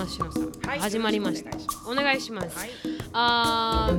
ますしのさん、 はい、 始まりました。お願いします。はい、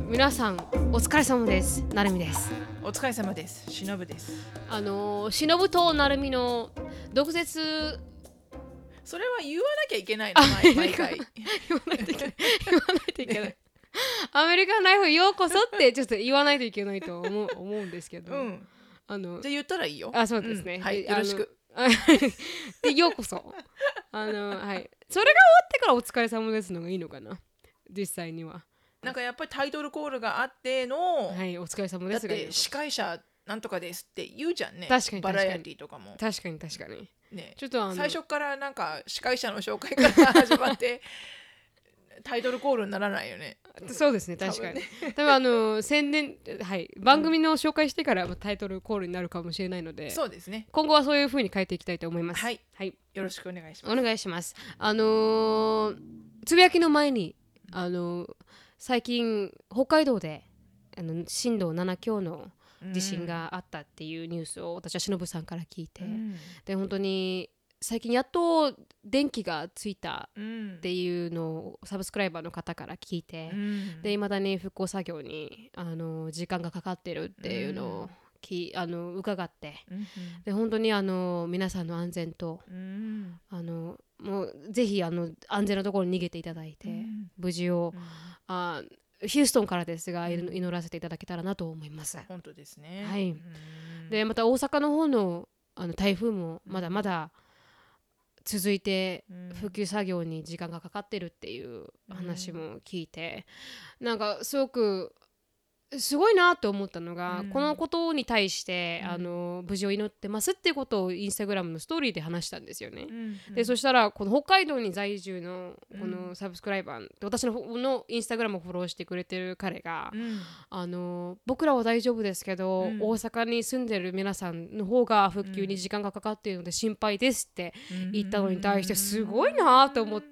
皆さんお疲れ様です。なるみです。 お疲れ様です。しのぶです。 しのぶとなるみの毒舌。 それは言わなきゃいけないの、毎回言わないといけない言わないといけない、アメリカンライフようこそってちょっと言わないといけないと思うんですけど、 うん。じゃあ言ったらいいよ。 そうですね、 はい、よろしく。 でようこそはい、それが終わってからお疲れ様ですのがいいのかな、実際には。 なんかやっぱりタイトルコールがあっての、 はい、お疲れ様ですがいいのか。 だって司会者なんとかですって言うじゃんね。 確かにバラエティとかも。 確かに確かにね、 ちょっと最初からなんか司会者の紹介から始まってタイトルコールにならないよね。 そうですね、確かに。多分宣伝、はい、番組の紹介してからタイトルコールになるかもしれないので、 そうですね。 今後はそういう風に変えていきたいと思います。 はい、 はい、 よろしくお願いします。 お願いします。つぶやきの前に最近北海道で震度7強の地震があったっていうニュースを私はしのぶさんから聞いて、で本当に最近やっと電気がついたっていうのをサブスクライバーの方から聞いて、で未だに復興作業に時間がかかってるっていうのを伺って、で本当に皆さんの安全と、もうぜひ安全なところに逃げていただいて、無事を、ヒューストンからですが、祈らせていただけたらなと思います。 本当ですね。 はい。でまた大阪の方の台風もまだまだ続いて復旧作業に時間がかかってるっていう話も聞いて、なんかすごいなと思ったのが、このことに対して、無事を祈ってますっていうことをインスタグラムのストーリーで話したんですよね。でそしたらこの北海道に在住のこのサブスクライバー、私のインスタグラムをフォローしてくれてる彼が、僕らは大丈夫ですけど、大阪に住んでる皆さんの方が復旧に時間がかかっているので心配ですって言ったのに対してすごいなと思って、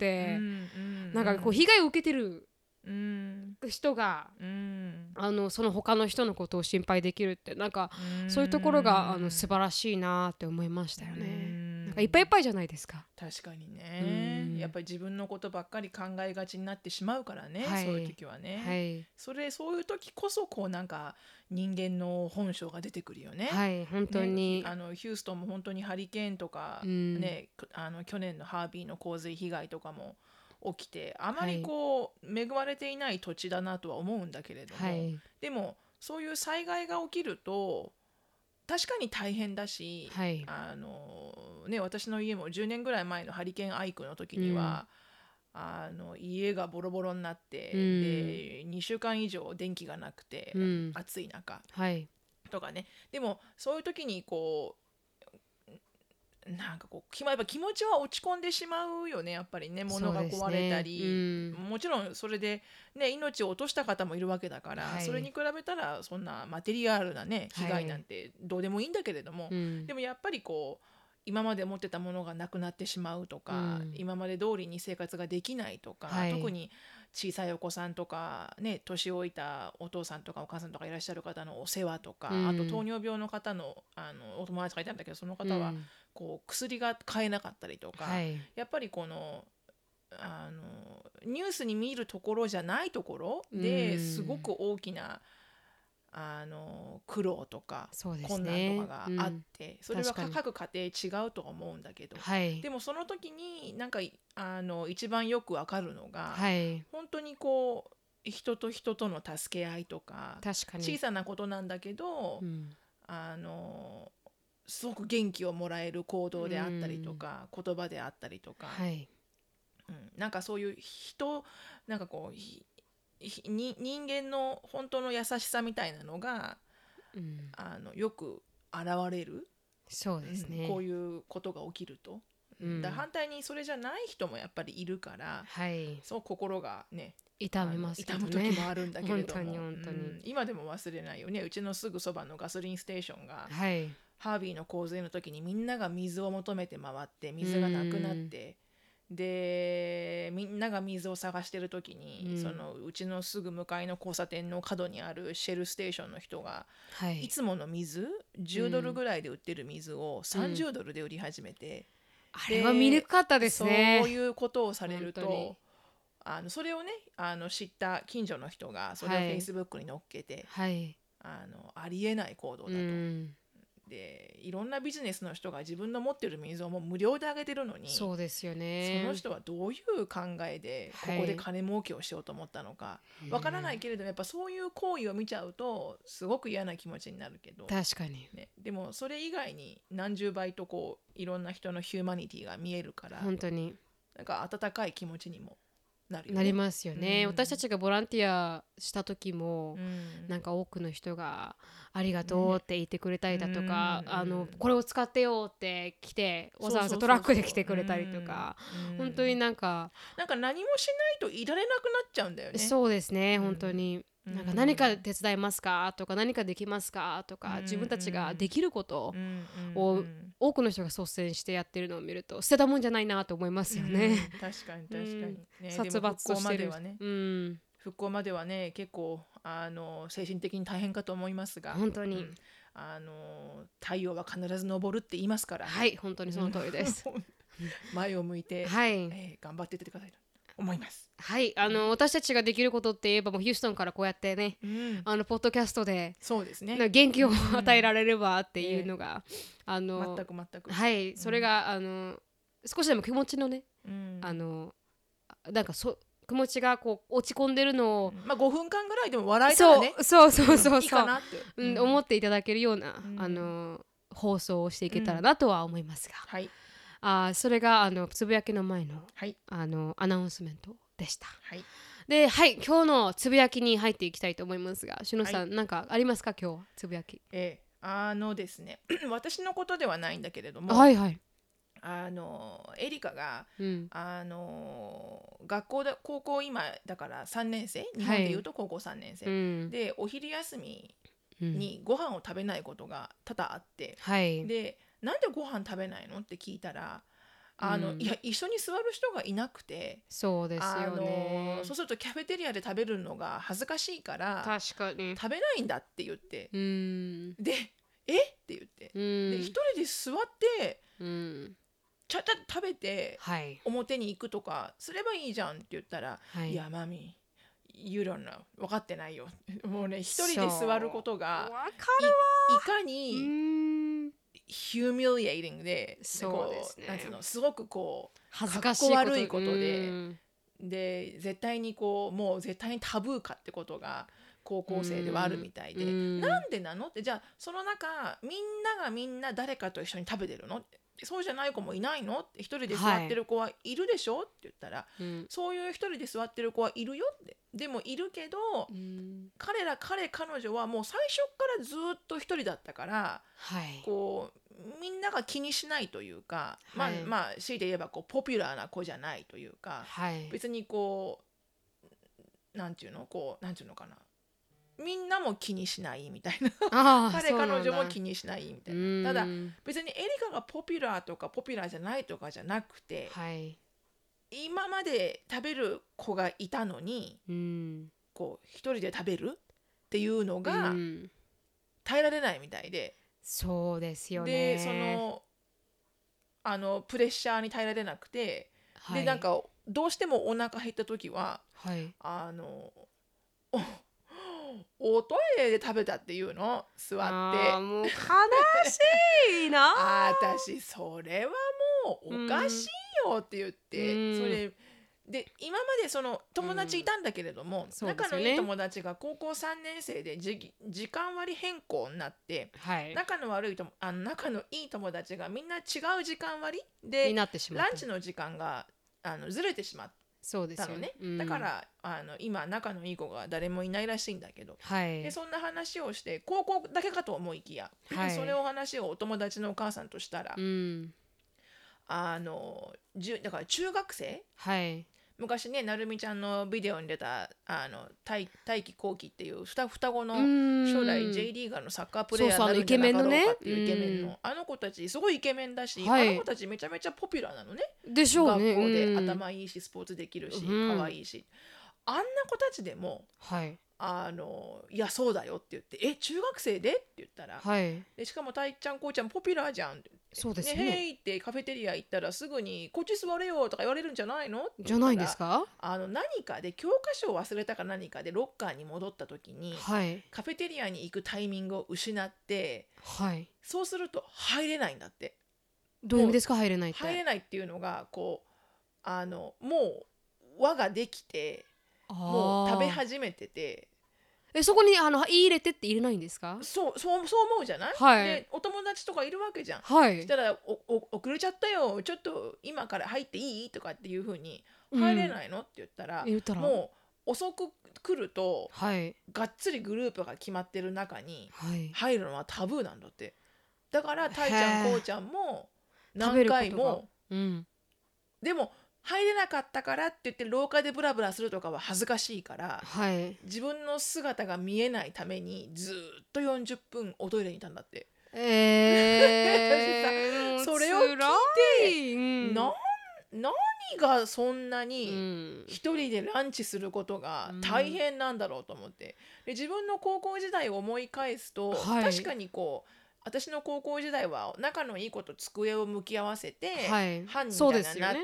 なんかこう被害を受けてる人が、その他の人のことを心配できるって、なんかそういうところが素晴らしいなって思いましたよね。なんかいっぱいいっぱいじゃないですか。 確かにね。やっぱり自分のことばっかり考えがちになってしまうからね、そういう時はね、はい、そういう時こそこうなんか人間の本性が出てくるよね。 はい、本当に、 ね、ヒューストンも本当にハリケーンとか、ね、去年のハービーの洪水被害とかも起きて、あまりこう、恵まれていない土地だなとは思うんだけれども、でもそういう災害が起きると確かに大変だし、ね、私の家も10年ぐらい前のハリケーンアイクの時には、家がボロボロになって、で2週間以上電気がなくて、暑い中、とかね。でもそういう時にこうなんかこうやっぱ気持ちは落ち込んでしまうよね、やっぱりね。物が壊れたり、もちろんそれで、ね、命を落とした方もいるわけだから、それに比べたらそんなマテリアルな、ね、被害なんてどうでもいいんだけれども、でもやっぱりこう今まで持ってたものがなくなってしまうとか、今まで通りに生活ができないとか、特に小さいお子さんとか、ね、年老いたお父さんとかお母さんとかいらっしゃる方のお世話とか、あと糖尿病の方の、お友達がいたんだけど、その方はこう薬が買えなかったりとか、やっぱりこのニュースに見るところじゃないところですごく大きな苦労とか、困難とかがあって、それは各家庭違うと思うんだけど、でもその時になんか一番よくわかるのが、本当にこう人と人との助け合いとか、小さなことなんだけど、すごく元気をもらえる行動であったりとか、言葉であったりとか、なんかそういうなんかこう人間の本当の優しさみたいなのが、よく現れる。 そうですね、 こういうことが起きると、だ反対にそれじゃない人もやっぱりいるから、そう心がね痛みますけどね、 痛む時もあるんだけれども、 本当に今でも忘れないよね。うちのすぐそばのガソリンステーションが、ハービーの洪水の時にみんなが水を求めて回って水がなくなって、でみんなが水を探してる時に、うちのすぐ向かいの交差点の角にあるシェルステーションの人が、いつもの水10ドルぐらいで売ってる水を30ドルで売り始めて、 あれは見にくかったですね。 そういうことをされるとそれをね知った近所の人がそれを Facebook に載っけて、 はい、 ありえない行動だと。でいろんなビジネスの人が自分の持ってる水をもう無料であげてるのに、 そうですよね。 その人はどういう考えでここで金儲けをしようと思ったのかわからないけれども、やっぱそういう行為を見ちゃうとすごく嫌な気持ちになるけど、 確かに、 ね、でもそれ以外に何十倍とこういろんな人のヒューマニティが見えるから、 本当になんか温かい気持ちにもなるよね。 なりますよね、私たちがボランティアした時も、なんか多くの人がありがとうって言ってくれたりだとか、これを使ってよって来てわざわざトラックで来てくれたりとか、本当になんか何もしないといられなくなっちゃうんだよね。 そうですね、本当になんか何か手伝いますかとか何かできますかとか、自分たちができることを多くの人が率先してやってるのを見ると捨てたもんじゃないなと思いますよね。 確かに確かに、ね、 殺伐としてる。 復興まではね結構精神的に大変かと思いますが、 本当に、 太陽は必ず昇るって言いますから、 はい、本当にその通りです。 前を向いて、 はい、 頑張っていってくださいと思います。 はい、私たちができることって言えばもうヒューストンからこうやってね、ポッドキャストでそうですね、 元気を与えられればっていうのが、 全くはい、それが少しでも気持ちのね、なんか気持ちがこう落ち込んでるのを、 5分間ぐらいでも笑えたらね、 そういいかなって、 思っていただけるような、放送をしていけたらなとは思いますが、はい、それがつぶやきの前の、はい、アナウンスメントでした。はい、で、はい、今日のつぶやきに入っていきたいと思いますが、しのさん、なんかありますか今日はつぶやき。 ですね私のことではないんだけれども、 はいはい、 エリカが、学校で高校今だから3年生、日本でいうと高校3年生、でお昼休みにご飯を食べないことが多々あって、でなんでご飯食べないのって聞いたらいや一緒に座る人がいなくて、 そうですよね、 そうするとキャフェテリアで食べるのが恥ずかしいから確かに食べないんだって言って、でって言って、で一人で座って、ちゃっちゃと食べて、表に行くとかすればいいじゃんって言ったら、いやマミYou don't know 分かってないよもうね一人で座ることがいかにhumiliating で、 そうですね、 なんつうのすごくこう恥ずかしい悪いことで、絶対にこうもう絶対にタブーかってことが高校生ではあるみたいで、なんでなのって、じゃあその中みんながみんな誰かと一緒に食べてるのって、そうじゃない子もいないのって、一人で座ってる子はいるでしょって言ったら、そういう一人で座ってる子はいるよって、でもいるけど、彼女はもう最初からずっと一人だったから、こうみんなが気にしないというか、まあ強いて言えばこうポピュラーな子じゃないというか、別にこうなんていうのかな、みんなも気にしないみたいな彼女も気にしないみたいな。ただ別にエリカがポピュラーとかポピュラーじゃないとかじゃなくて、今まで食べる子がいたのに、こう一人で食べるっていうのが耐えられないみたいで、 そうですよね。 でそのプレッシャーに耐えられなくて、でなんかどうしてもお腹減った時は、おトイレで食べたっていうの、座って。 もう悲しいな私それはもうおかしいよって言って、それで今までその友達いたんだけれども、仲のいい友達が高校3年生で時間割変更になって、仲のいい友達がみんな違う時間割でランチの時間がずれてしまったのね。だから今仲のいい子が誰もいないらしいんだけど、でそんな話をして高校だけかと思いきや、それを話をお友達のお母さんとしたら、だから中学生、昔ね、なるみちゃんのビデオに出た大輝幸喜っていう双子の将来 J リーガーのサッカープレーヤーになるんじゃなかろうかっていうイケメンのあの子たちすごいイケメンだし、あの子たちめちゃめちゃポピュラーなのね。 でしょうね。 学校で頭いいしスポーツできるし可愛いし、あんな子たちでも、いやそうだよって言って、中学生でって言ったら、でしかもたいちゃんこうちゃんポピュラーじゃんってそうですよね。 へいってカフェテリア行ったらすぐにこっち座れよとか言われるんじゃないのじゃないんですか？ 何かで教科書を忘れたか何かでロッカーに戻った時に、 はい。 カフェテリアに行くタイミングを失って、 はい。 そうすると入れないんだって。 どういう意味ですか、入れないって。 入れないっていうのがこうもう輪ができてもう食べ始めてて、 そこに入れてって入れないんですか？ そう思うじゃない、 はい。 でお友達とかいるわけじゃん。 はい。 そしたら遅れちゃったよ、ちょっと今から入っていいとかっていう風に入れないのって言ったら、もう遅く来ると、 はい、 がっつりグループが決まってる中にはい、 入るのはタブーなんだって。だからたいちゃんこうちゃんも何回も、でも入れなかったからって言って廊下でブラブラするとかは恥ずかしいから、 はい、 自分の姿が見えないためにずっと40分おトイレにいたんだって。それを聞いて、何がそんなに一人でランチすることが大変なんだろうと思って、で自分の高校時代を思い返すと、確かにこう私の高校時代は仲のいい子と机を向き合わせて、班みたいなになって、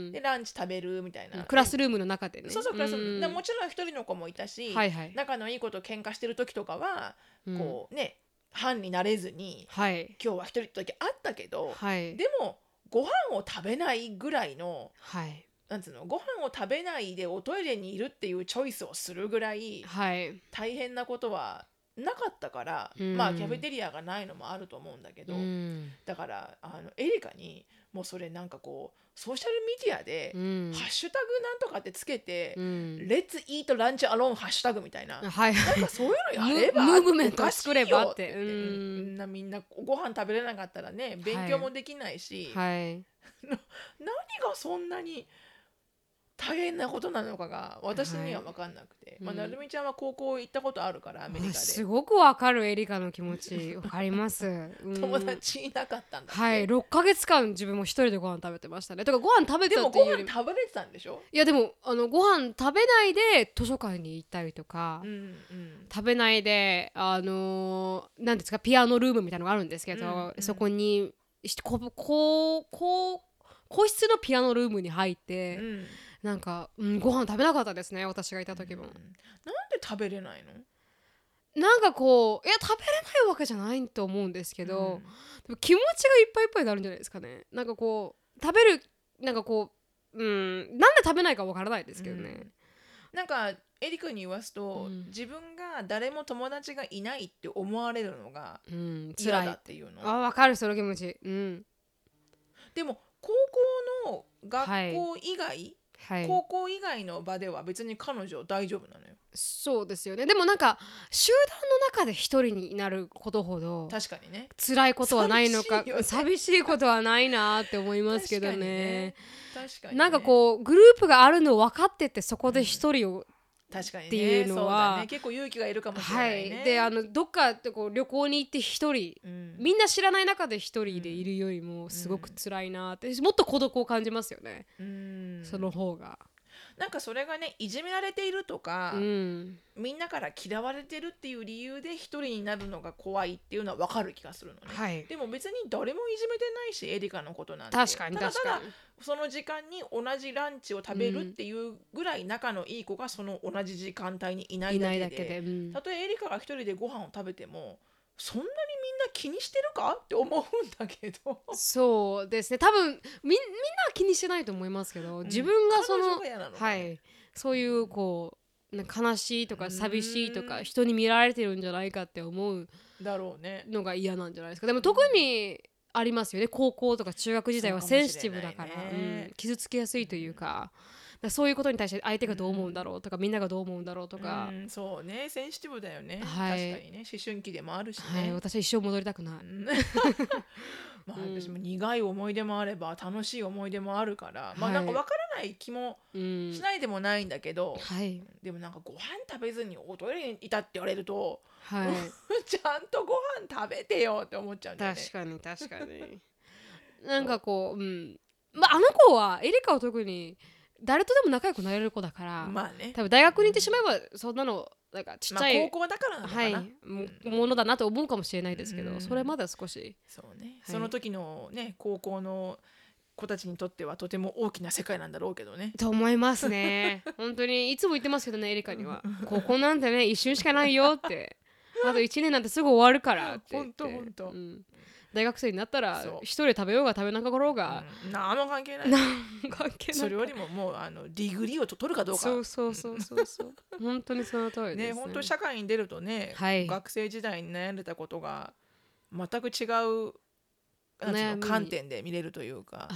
でランチ食べるみたいな、 クラスルームの中でね。 そうクラスルームでもちろん一人の子もいたし、仲のいい子と喧嘩してる時とかは、こうね班になれずに、今日は一人って時あったけど、でもご飯を食べないぐらいの、なんつうの、ご飯を食べないでおトイレにいるっていうチョイスをするぐらい大変なことはなかったから、まあキャフェテリアがないのもあると思うんだけど、だからエリカにもうそれなんかこうソーシャルメディアで、ハッシュタグなんとかってつけて、Let's eat lunch alone ハッシュタグみたいな、なんかそういうのやればムーブメント作ればって、 みんなご飯食べれなかったらね勉強もできないし、何がそんなに大変なことなのかが私には分かんなくて、なるみちゃんは高校行ったことあるからアメリカで、 すごくわかるエリカの気持ち分かります、 友達いなかったんだって。 6ヶ月間自分も一人でご飯食べてましたね。とかご飯食べたっていうよりでもご飯食べれてたんでしょ？ いやでもご飯食べないで図書館に行ったりとか、食べないで何ですかピアノルームみたいなのがあるんですけど、そこに個室のピアノルームに入って、なんか、ご飯食べなかったですね、私がいた時も。なんで食べれないの？ なんかこう食べれないわけじゃないと思うんですけど、でも気持ちがいっぱいいっぱいになるんじゃないですかね。なんかこう食べるなんかこうなんで食べないかわからないですけどね。 なんかエリ君に言わすと、自分が誰も友達がいないって思われるのが嫌だっていうの。 わかるその気持ち。 でも高校の学校以外、高校以外の場では別に彼女大丈夫なのよ。 そうですよね。でもなんか集団の中で一人になることほど確かにね辛いことはないのか、寂しいことはないなって思いますけどね。 確かにね。 なんかこうグループがあるの分かっててそこで一人を確かにね、 っていうのは、 そうだね、結構勇気がいるかもしれないね。 でどっかってこう旅行に行って一人、みんな知らない中で一人でいるよりもすごく辛いなって、もっと孤独を感じますよね、その方が。 なんかそれがねいじめられているとか、みんなから嫌われてるっていう理由で一人になるのが怖いっていうのは分かる気がするのね、でも別に誰もいじめてないしエリカのことなんて。 確かにただその時間に同じランチを食べるっていうぐらい仲のいい子がその同じ時間帯にいないだけで、たとえエリカが一人でご飯を食べてもそんなにみんな気にしてるかって思うんだけど。 そうですね、多分みんなは気にしてないと思いますけど、自分がその、そういうこう悲しいとか寂しいとか人に見られてるんじゃないかって思うのが嫌なんじゃないですか。でも特にありますよね、高校とか中学時代はセンシティブだから、傷つきやすいというか、そういうことに対して相手がどう思うんだろうとか、みんながどう思うんだろうとか、 そうね、センシティブだよね、確かにね、思春期でもあるしね、 私は一生戻りたくない、 私も苦い思い出もあれば楽しい思い出もあるから、なんか分からない気もしないでもないんだけど、でもなんかご飯食べずにおトイレにいたって言われると、ちゃんとご飯食べてよって思っちゃうんだよね。 確かになんかこう、あの子はエリカは特に誰とでも仲良くなれる子だから、多分大学に行ってしまえばそんなのなんかちっちゃい、 高校だからなのかな、 はい、ものだなと思うかもしれないですけど、それまでは少しそうね、その時のね高校の子たちにとってはとても大きな世界なんだろうけどね。 と思いますね。本当にいつも言ってますけどね、エリカには高校なんてね一瞬しかないよって、あと1年なんてすぐ終わるからって言って、 本当、 大学生になったら一人で食べようが食べなかろうが、 何も関係ない。 関係ない。 それよりももうディグリーを取るかどうか。 そう本当にその通りですね。 本当に社会に出るとね、学生時代に悩んでたことが全く違う観点で見れるというか、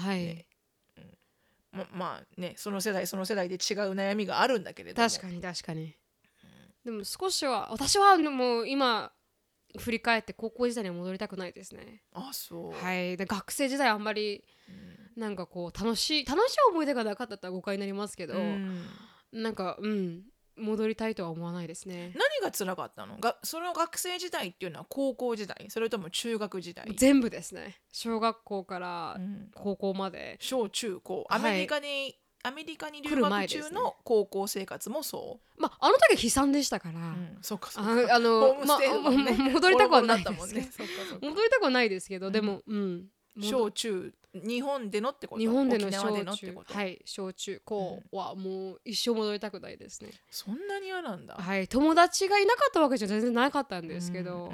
まあね、その世代で違う悩みがあるんだけれども、 確かに、でも少しは私はもう今振り返って高校時代に戻りたくないですね。 そう。 はい。で学生時代あんまりなんかこう楽しい思い出がなかったら誤解になりますけど、なんか戻りたいとは思わないですね。 何が辛かったの？その学生時代っていうのは高校時代、それとも中学時代？ 全部ですね。小学校から高校まで、 小中高、アメリカに留学中の高校生活もそう。 あの時は悲惨でしたから、 そうかホームステイ戻りたくはないですけど、戻りたくはないですけど、でも小中日本でのってこと？ 日本での小中、小中高はもう一生戻りたくないですね。 そんなに嫌なんだ。 はい、友達がいなかったわけじゃ全然なかったんですけど、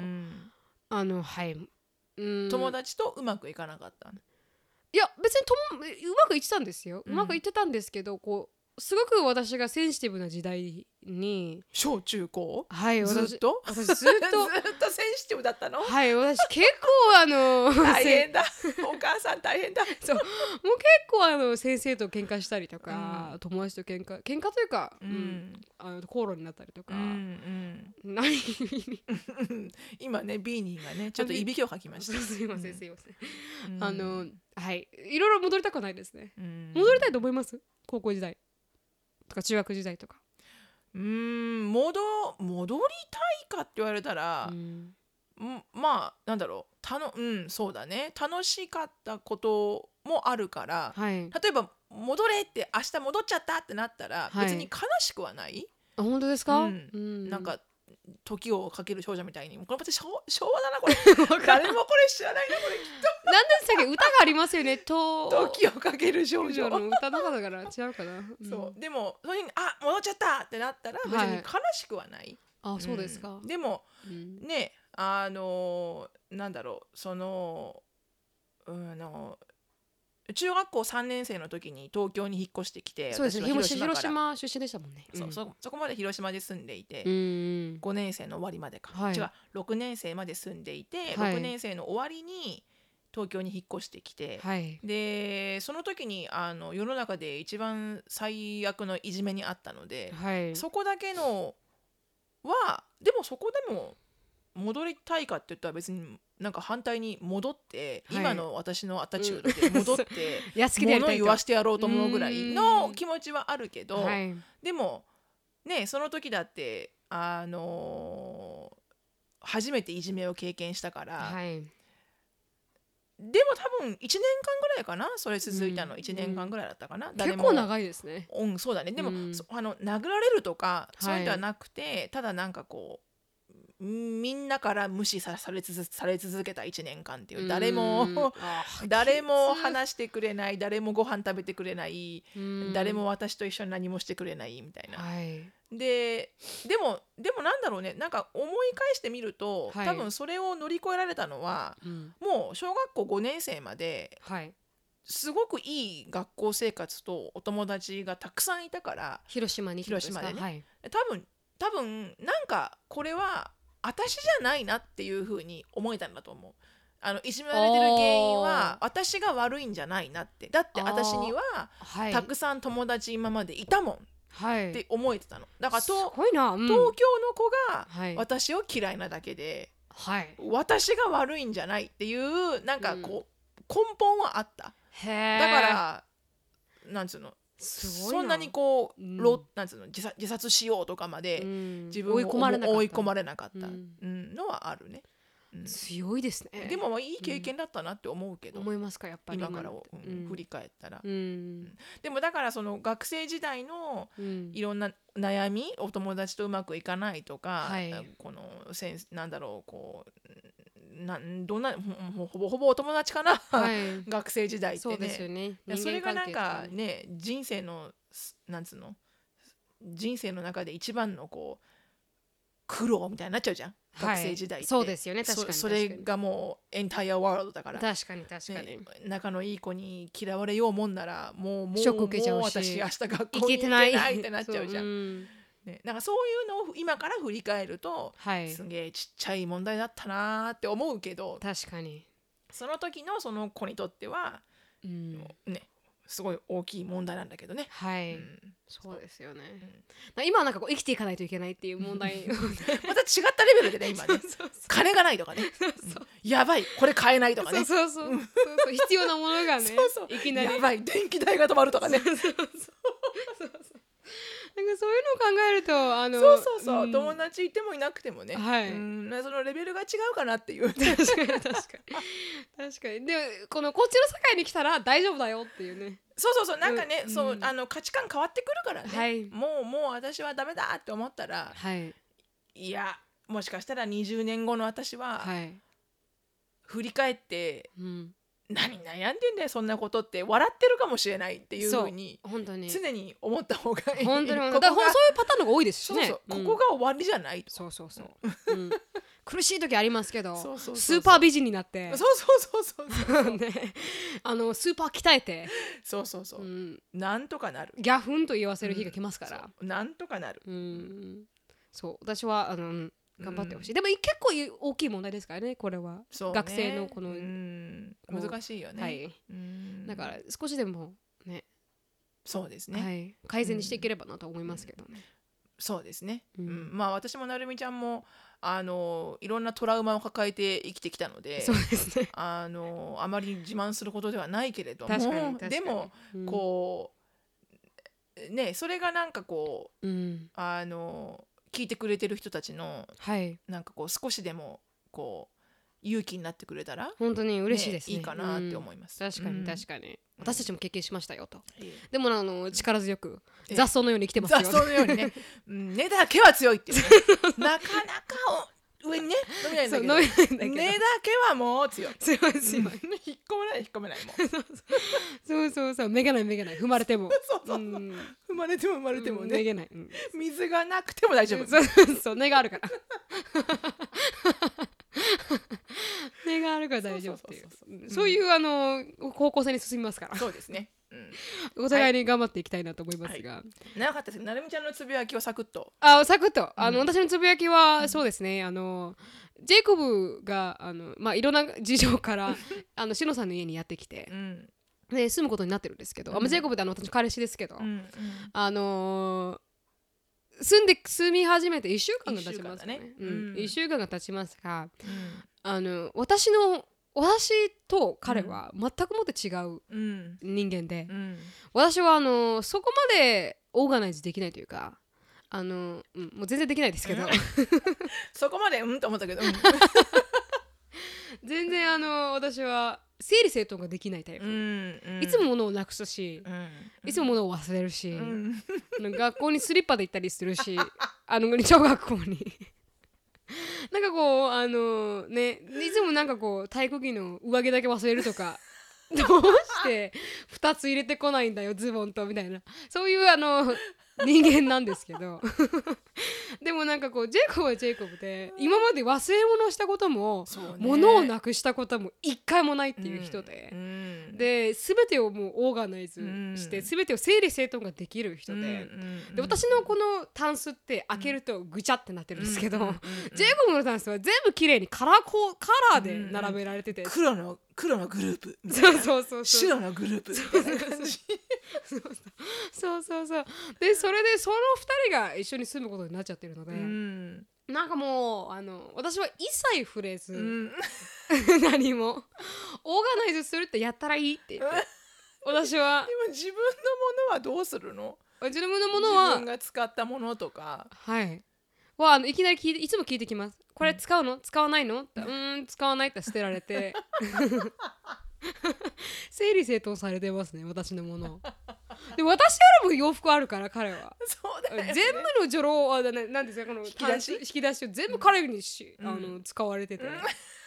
友達とうまくいかなかった。 いや別にうまくいってたんですよ。うまくいってたんですけど、こうすごく私がセンシティブな時代に、 小中高、 ずっとセンシティブだったの？ はい、私結構大変だお母さん大変だ。 そう、もう結構先生と喧嘩したりとか、友達と喧嘩というか、口論になったりとか、何今ねビーニーがねちょっといびきをかきました。 すいません、はい、いろいろ戻りたくないですね。戻りたいと思います？高校時代とか中学時代とか。 戻りたいかって言われたら、まあなんだろう、そうだね、楽しかったこともあるから、例えば戻れって明日戻っちゃったってなったら別に悲しくはない。 本当ですか？ なんか時をかける少女みたいに、これ昭和だなこれ誰もこれ知らないなこれきっと。 何でしたっけ、歌がありますよね。 時をかける少女の歌の方から違うかな。 そうでもそれに戻っちゃったってなったら別に悲しくはない。 そうですか。 でもね、なんだろう、中学校3年生の時に東京に引っ越してきて、 そうですね、広島出身でしたもんね。 そこまで広島で住んでいて、5年生の終わりまでか、違う6年生まで住んでいて、6年生の終わりに東京に引っ越してきて、でその時に世の中で一番最悪のいじめにあったので、そこだけのはでもそこでも戻りたいかって言ったら別になんか反対に戻って、今の私のアタチュードで戻って物言わしてやろうと思うぐらいの気持ちはあるけど、でもね、その時だって初めていじめを経験したから、でも多分1年間ぐらいかな、それ続いたの1年間ぐらいだったかな。 結構長いですね。 そうだね。でも殴られるとかそういうんではなくて、ただなんかこうみんなから無視され続けた1年間っていう、誰も話してくれない、誰もご飯食べてくれない、誰も私と一緒に何もしてくれないみたいな、でもなんだろうね、なんか思い返してみると、多分それを乗り越えられたのは、もう小学校5年生まですごくいい学校生活とお友達がたくさんいたから、 広島でね、多分なんかこれは私じゃないなっていう風に思えたんだと思う。いじめられてる原因は私が悪いんじゃないなって、だって私にはたくさん友達今までいたもんって思えてたの。だから東京の子が私を嫌いなだけで、私が悪いんじゃないっていうなんかこう根本はあった。だからなんつうの、そんなにこうなんつうの、自殺しようとかまで自分を追い込まれなかったのはあるね。 強いですね。 でもいい経験だったなって思うけど、 思いますかやっぱり今から振り返ったら、でもだからその学生時代のいろんな悩み、お友達とうまくいかないとか、このなんだろう、こうどんなほぼほぼお友達かな、学生時代ってね。 そうですよね。 それがなんかね、人生のなんつうの、人生の中で一番のこう苦労みたいになっちゃうじゃん、学生時代って。 そうですよね、確かに。 それがもうエンタイアワールドだから。 確かに確かに、 仲のいい子に嫌われようもんならもうショック受けちゃうし、 私明日学校に行けないってなっちゃうじゃん。なんかそういうのを今から振り返ると、すげえちっちゃい問題だったなって思うけど、 確かにその時のその子にとっては、ね、すごい大きい問題なんだけどね。 そうですよね。今はなんかこう生きていかないといけないっていう問題また違ったレベルでね、今ね。金がないとかね、やばいこれ買えないとかね、 必要なものがね、いきなりやばい電気代が止まるとかね。 なんかそういうのを考えるとそう友達いてもいなくてもね、そのレベルが違うかなっていう。 確かにでこのこっちの世界に来たら大丈夫だよっていうね。 そうなんかね、価値観変わってくるからね、もう私はダメだって思ったら、いやもしかしたら20年後の私は、振り返って、何悩んでんだよそんなことって笑ってるかもしれないっていうふうに常に思った方がいい。 本当にそういうパターンのが多いですしね。 ここが終わりじゃないと。 苦しい時ありますけど、スーパー美人になって、 スーパー鍛えて、なんとかなる。 ギャフンと言わせる日が来ますから、 なんとかなる。 私は頑張ってほしい。でも結構大きい問題ですからね、これは。学生のこの難しいよね。 だから少しでもね、 そうですね、 改善にしていければなと思いますけどね。 そうですね。まあ私もなるみちゃんもいろんなトラウマを抱えて生きてきたので、 そうですね。 あまり自慢することではないけれども、でもこうね、それがなんかこう聞いてくれてる人たちの、なんかこう少しでもこう勇気になってくれたら本当に嬉しいですね。 いいかなって思います。 確かに私たちも経験しましたよと。でも力強く雑草のように生きてますよ。 雑草のようにね、根だけは強いっていうね。なかなか上にね伸びないんだけど、根だけはもう強い。引っ込めないもん。 そうめげない踏まれても。 踏まれてもね。 めげない。 水がなくても大丈夫。 そう根があるから。根があるから大丈夫っていう。そういう方向性に進みますから。 そうですね。 お互いに頑張っていきたいなと思いますが。 長かったです。なるみちゃんのつぶやきをサクッと。 私のつぶやきはそうですね。ジェイコブがいろんな事情からシノさんの家にやってきて、で住むことになってるんですけど、ジェイコブって私の彼氏ですけど、住み始めて1週間が経ちますね。1週間が経ちますが、私と彼は全くもって違う人間で、私はそこまでオーガナイズできないというか、もう全然できないですけど、 そこまでと思ったけど、 全然私は整理整頓ができないタイプ、いつも物をなくすし、いつも物を忘れるし、学校にスリッパで行ったりするし、小学校になんかこうね、いつもなんかこう体育着の上着だけ忘れるとかどうして2つ入れてこないんだよズボンとみたいな、そういう人間なんですけどでもなんかこうジェイコブはジェイコブで、今まで忘れ物をしたことも、物をなくしたことも一回もないっていう人で、で全てをもうオーガナイズして、全てを整理整頓ができる人で、で私のこのタンスって開けるとぐちゃってなってるんですけど、ジェイコブのタンスは全部綺麗にカラーで並べられてて、 黒のグループ、 そう白のグループみたいな感じ。 そうでそれでその2人が一緒に住むことになっちゃってるので、なんかもう私は一切触れず、何もオーガナイズするってやったらいいって言って私は。 でも自分のものはどうするの？ 自分のものは自分が使ったものとか、 はいきなりいつも聞いてきます。これ使うの使わないのって使わないって捨てられて整理整頓されてますね、私のもの。で私よりも洋服あるから彼は。 そうだよね、 全部のジョロなんですか、この引き出しを全部彼に使われてて、で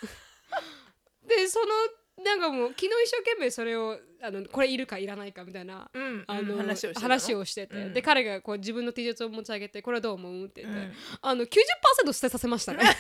そのなんかもう昨日一生懸命それをこれいるかいらないかみたいな、話をしてて、で彼がこう自分の T シャツを持ち上げてこれどう思うって言って、90% 捨てさせましたね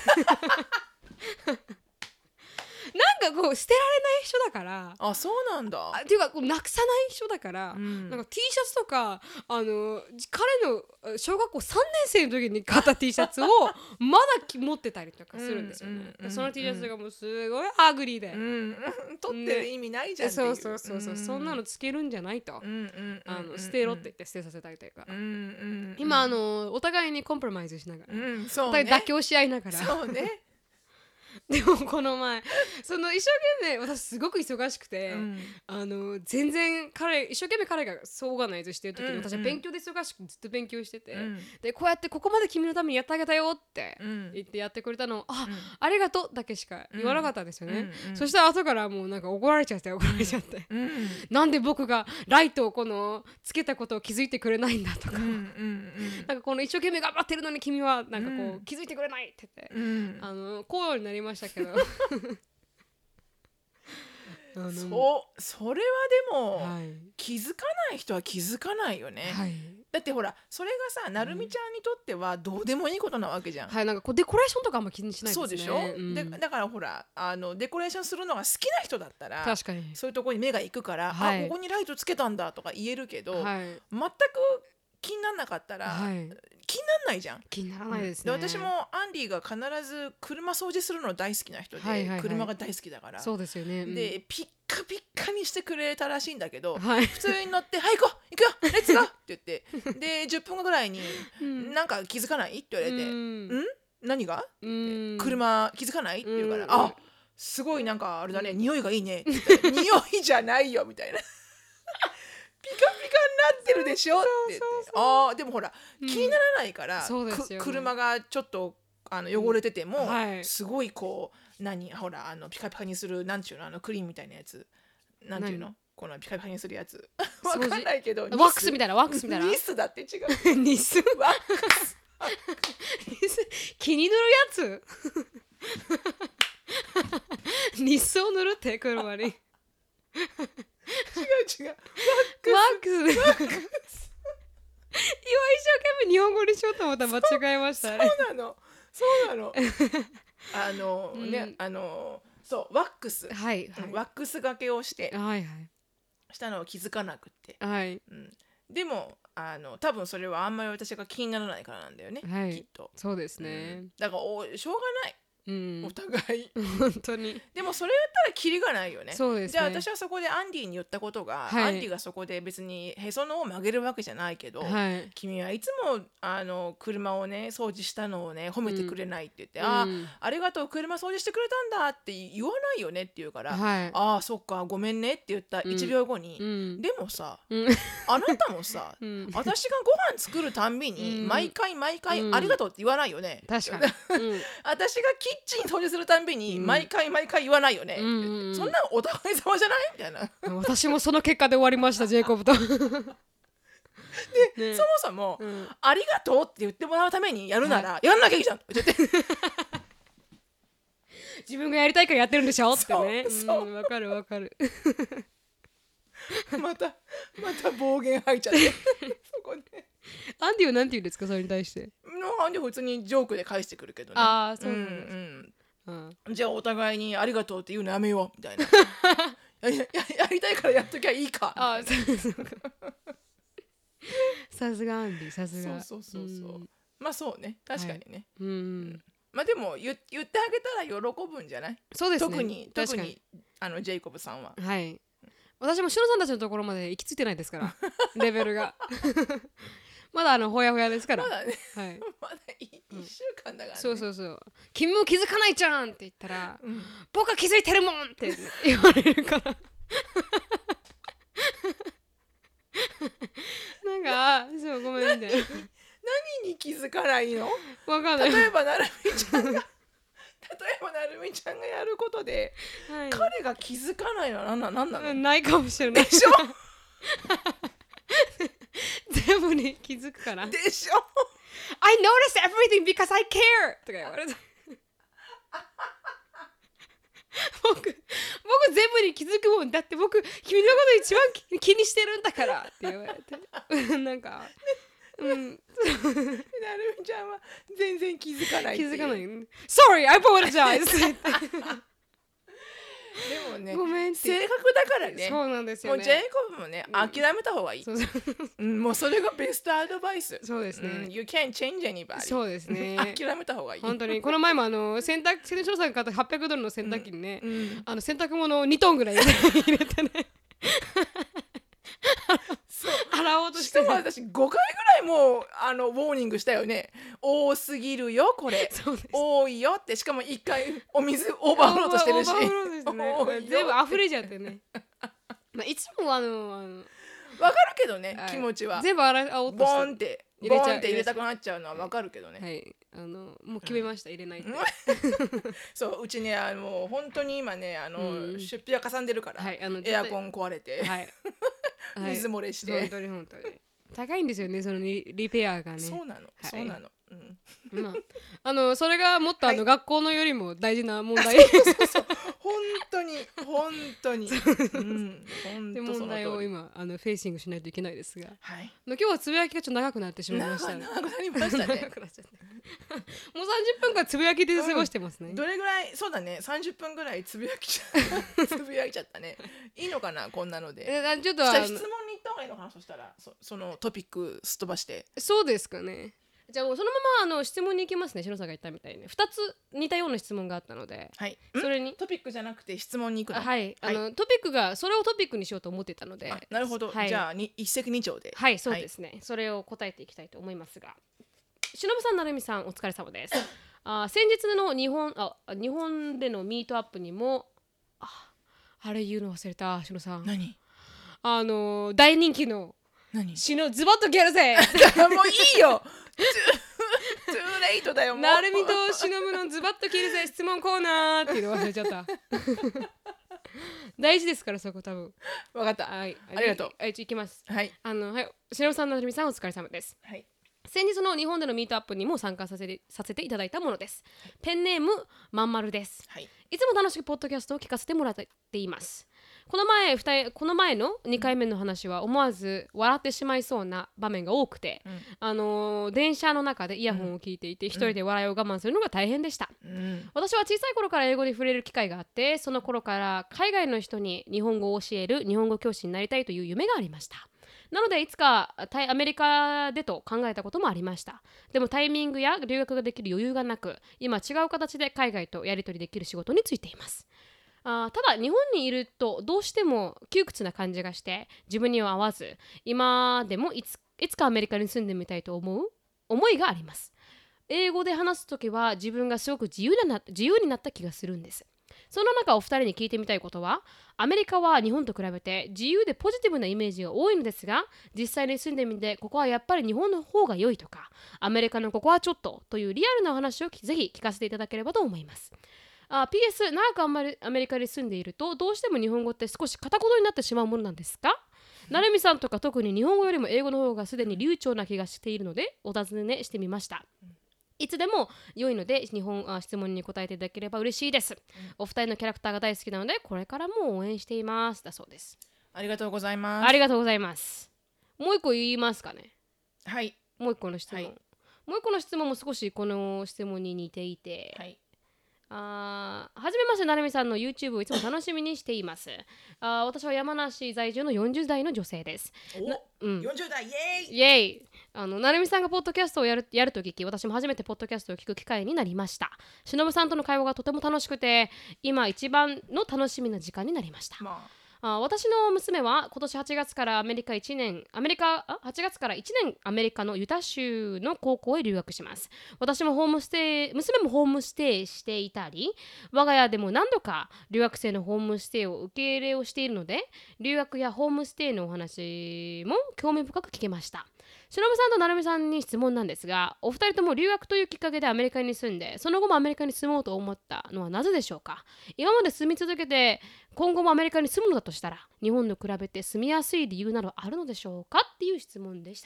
なんかこう捨てられない人だから、 あ、そうなんだ。 っていうかこうなくさない人だから、なんか T シャツとか彼の小学校3年生の時に買った T シャツをまだ持ってたりとかするんですよね。その T シャツがもうすごいアグリーで、 取ってる意味ないじゃんっていう。 そうそんなのつけるんじゃないと、捨てろって言って捨てさせたりというか、今お互いにコンプロマイズしながら、お互い妥協し合いながら、 そうねでもこの前その一生懸命私すごく忙しくて、全然一生懸命彼がそうオーガナイズしてる時に、私は勉強で忙しくずっと勉強してて、でこうやってここまで君のためにやってあげたよって言ってやってくれたのを、ありがとうだけしか言わなかったんですよね。そしたら後からもうなんか怒られちゃって、なんで僕がライトをこのつけたことを気づいてくれないんだとか、なんかこの一生懸命頑張ってるのに君はなんかこう気づいてくれないって言って、こうようになりましたけどそれはでも、気づかない人は気づかないよね、だってほらそれがさ、なるみちゃんにとってはどうでもいいことなわけじゃん。 なんかこうデコレーションとかあんま気にしないですね。 そうでしょ、だからほらデコレーションするのが好きな人だったら、 確かにそういうところに目が行くから、ここにライトつけたんだとか言えるけど、全く気にならなかったら、気にならないじゃん。 気にならないですね。 で私もアンディが必ず車掃除するの大好きな人で、車が大好きだから、 そうですよね、 でピッカピッカにしてくれたらしいんだけど、普通に乗って「はい行こう行くよレッツゴー!」って言ってで10分後ぐらいに「なんか気づかない?」って言われて「ん何が?」車気づかない?」って言うから「あすごいなんかあれだね、匂いがいいね」って言ったら「匂いじゃないよ」みたいなピカピカになってるでしょって言って、でもほら気にならないから、車がちょっと汚れてても、すごいこうほらピカピカにするなんちゅうのクリーンみたいなやつ、なんていうのこのピカピカにするやつわかんないけど、 ワックスみたいなニスだって違うニスワックス気に塗るやつニスを塗るって車に違うワックス今一生懸命日本語にしようと思ったら間違えました。 そうなのね、そうワックス、ワックスがけをして、したのを気づかなくて、でも多分それはあんまり私が気にならないからなんだよね、きっと。そうですね、だからしょうがない、お互い本当に。 でもそれやったらキリがないよね。そうですね。じゃあ私はそこでアンディに言ったことが、アンディがそこで別にへその緒を曲げるわけじゃないけど、君はいつも車をね掃除したのをね褒めてくれないって言って、ありがとう車掃除してくれたんだって言わないよねって言うから、ああそっかごめんねって言った1秒後に、でもさ、あなたもさ、私がご飯作るたんびに毎回ありがとうって言わないよね。 確かに。 私がキッチン掃除するたんびに毎回言わないよね、そんなお互い様じゃないみたいな。 私もその結果で終わりましたジェイコブとで、そもそも、ありがとうって言ってもらうためにやるなら、やんなきゃいいじゃんって言って自分がやりたいからやってるんでしょってね。わかるまた暴言吐いちゃってそこでアンディはなんて言うんですかそれに対して。 アンディは普通にジョークで返してくるけどね。 ああそうなんです、 じゃあお互いにありがとうって言うのやめようみたいなやりたいからやっときゃいいか。 さすがアンディ、さすが。 そうまあそうね、確かにね、まあでも言ってあげたら喜ぶんじゃない。 そうですね、 特にジェイコブさんは。 私もシノさんたちのところまで行き着いてないですからレベルがまだほやほやですから。 まだね、まだ1週間だからね。 そう君も気づかないじゃんって言ったら、僕は気づいてるもんって言われるからなんかそうごめんみたいな。 何に気づかないの？ わかんない。 例えばなるみちゃんがやることで、はい、彼が気づかないのは何なの？ ないかもしれないでしょ全部に気づくからでしょ I notice everything because I care とか言われた僕全部に気づくもんだって僕君のこと一番気にしてるんだからって言われてなんかなるみちゃんは全然気づかない気づかない Sorry I apologize でもね、 ごめんって性格だからね。 そうなんですよね。 もうジェイコブもね、諦めた方がいい。もうそれがベストアドバイス。 そうですね。 You can't change anybody。 そうですね。 諦めた方がいい。 本当にこの前も洗濯洗濯さんが買った$800の洗濯機にね、洗濯物を2トンぐらい入れてね。洗おうとして、 しかも私5回ぐらいもうウォーニングしたよね。多すぎるよこれ。多いよって。しかも1回お水オーバーフローとしてるし。 全部溢れちゃってね。まあいつもわかるけどね、気持ちは。 全部洗おうとしてボンって入れたくなっちゃうのはわかるけどね。 はい。もう決めました、入れないって。 そううちねもう本当に今ね出費がかさんでるから、エアコン壊れて。水漏れして、 本当に高いんですよねそのリペアがね。 そうなの、そうなの、 それがもっと学校のよりも大事な問題そう本当にで問題を今フェイシングしないといけないですが、今日はつぶやきがちょっと長くなってしまいました。 長くなりましたね。 もう30分間つぶやきで過ごしてますね。 どれぐらいそうだね30分ぐらいつぶやいちゃったね。いいのかなこんなので。 ちょっと質問に行った方がいいのかな。そしたらそのトピックすっ飛ばして。 そうですかね。じゃあもうそのまま質問に行きますね。しのさんが言ったみたいに2つ似たような質問があったので、それにトピックじゃなくて質問に行くの。 トピックがそれをトピックにしようと思ってたので。 なるほど、じゃあ一石二鳥で。 はいそうですね、それを答えていきたいと思いますが、しのぶさんなるみさんお疲れ様です。先日の日本でのミートアップにもあれ言うの忘れた。しのさん何大人気のしのズバッと蹴るぜもういいよトゥーレイトだよもう。 なるみとしのぶのズバッと蹴るぜ質問コーナーっていうの忘れちゃった大事ですからそこ多分。 分かった、はい、ありがとう。 行きます。 はい、 しのぶさんなるみさんお疲れ様です。 はい、 先日の日本でのミートアップにも参加させていただいたものです。ペンネームまんまるです。いつも楽しくポッドキャストを聞かせてもらっています。この前の2回目の話は思わず笑ってしまいそうな場面が多くて、電車の中でイヤホンを聞いていて、一人で笑いを我慢するのが大変でした。私は小さい頃から英語に触れる機会があって、その頃から海外の人に日本語を教える日本語教師になりたいという夢がありました。なのでいつかアメリカでと考えたこともありました。でもタイミングや留学ができる余裕がなく、今違う形で海外とやり取りできる仕事に就いています。ただ日本にいるとどうしても窮屈な感じがして自分には合わず、今でもいつかアメリカに住んでみたいと思いがあります。英語で話すときは自分がすごく自由になった気がするんです。その中お二人に聞いてみたいことは、アメリカは日本と比べて自由でポジティブなイメージが多いのですが、実際に住んでみてここはやっぱり日本の方が良いとか、アメリカのここはちょっとというリアルな話をぜひ聞かせていただければと思います。PS 長くアメリカに住んでいるとどうしても日本語って少し片言になってしまうものなんですか？なるみさんとか特に日本語よりも英語の方がすでに流暢な気がしているのでお尋ねしてみました。いつでも良いので質問に答えていただければ嬉しいです。お二人のキャラクターが大好きなのでこれからも応援していますだそうです。 ありがとうございます。 ありがとうございます。もう一個言いますかね。 はい、 もう一個の質問、もう一個の質問も少しこの質問に似ていて、はじめまして、なるみさんの YouTube をいつも楽しみにしています。私は山梨在住の40代の女性です。 40代イエイなるみさんがポッドキャストをやると聞き、私も初めてポッドキャストを聞く機会になりました。しのぶさんとの会話がとても楽しくて、今一番の楽しみな時間になりました。私の娘は今年8月から8月から1年アメリカのユタ州の高校へ留学します。娘もホームステイしていたり、我が家でも何度か留学生のホームステイを受け入れをしているので、留学やホームステイのお話も興味深く聞けました。 しのぶさんとなるみさんに質問なんですが、お二人とも留学というきっかけでアメリカに住んで、その後もアメリカに住もうと思ったのはなぜでしょうか？今まで住み続けて今後もアメリカに住むのだとしたら、日本と比べて住みやすい理由などあるのでしょうかっていう質問でした、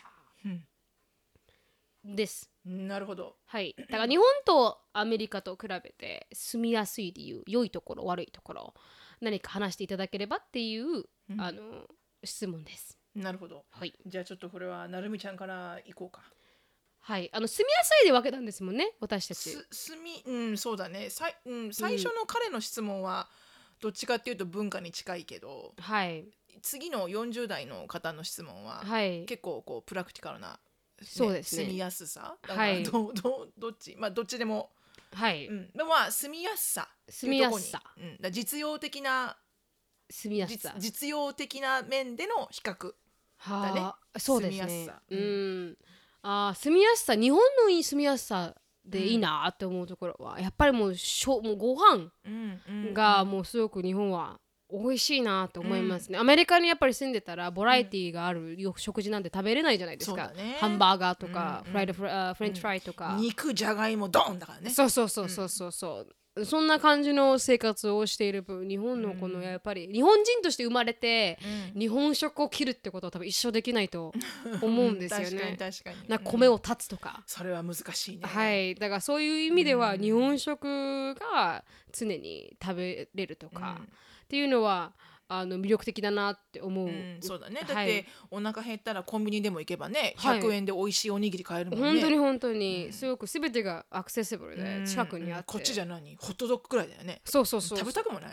です。 なるほど。 はい。だから日本とアメリカと比べて住みやすい理由、良いところ悪いところ、何か話していただければっていう、質問です。 なるほど、 はい、 じゃあちょっとこれはなるみちゃんからいこうか。 はい、住みやすいで分けたんですもんね、私たち。 そうだね。最初の彼の質問はどっちかっていうと文化に近いけど、 はい、 次の40代の方の質問は、 はい、 結構こうプラクティカルな、ね、 そうですね、 住みやすさだから、はい、どっち、まあどっちでも、 はい、 でもまあ住みやすさっていうところに、だ実用的な住みやすさ、 実用的な面での比較だね。 そうですね。住みやすさ、日本のいい住みやすさでいいなって思うところは、やっぱりもうご飯がもうすごく日本は美味しいなと思いますね、アメリカにやっぱり住んでたらバラエティがある食事なんて食べれないじゃないですか、ハンバーガーとか、フレンチフライとか、 肉じゃがいもドンだからね。 そう、そんな感じの生活をしている分、日本のこのやっぱり日本人として生まれて、日本食を切るってことは多分一生できないと思うんですよね。 確かになんか米を断つとか、 それは難しいね。 はい、だからそういう意味では、日本食が常に食べれるとか、っていうのは魅力的だなって思う、 そうだね。だって、お腹減ったらコンビニでも行けばね、100円で美味しいおにぎり買えるもんね。 本当に、すごく全てがアクセシブルで近くにあって、 こっちじゃ何ホットドッグくらいだよね。 そう食べたくもない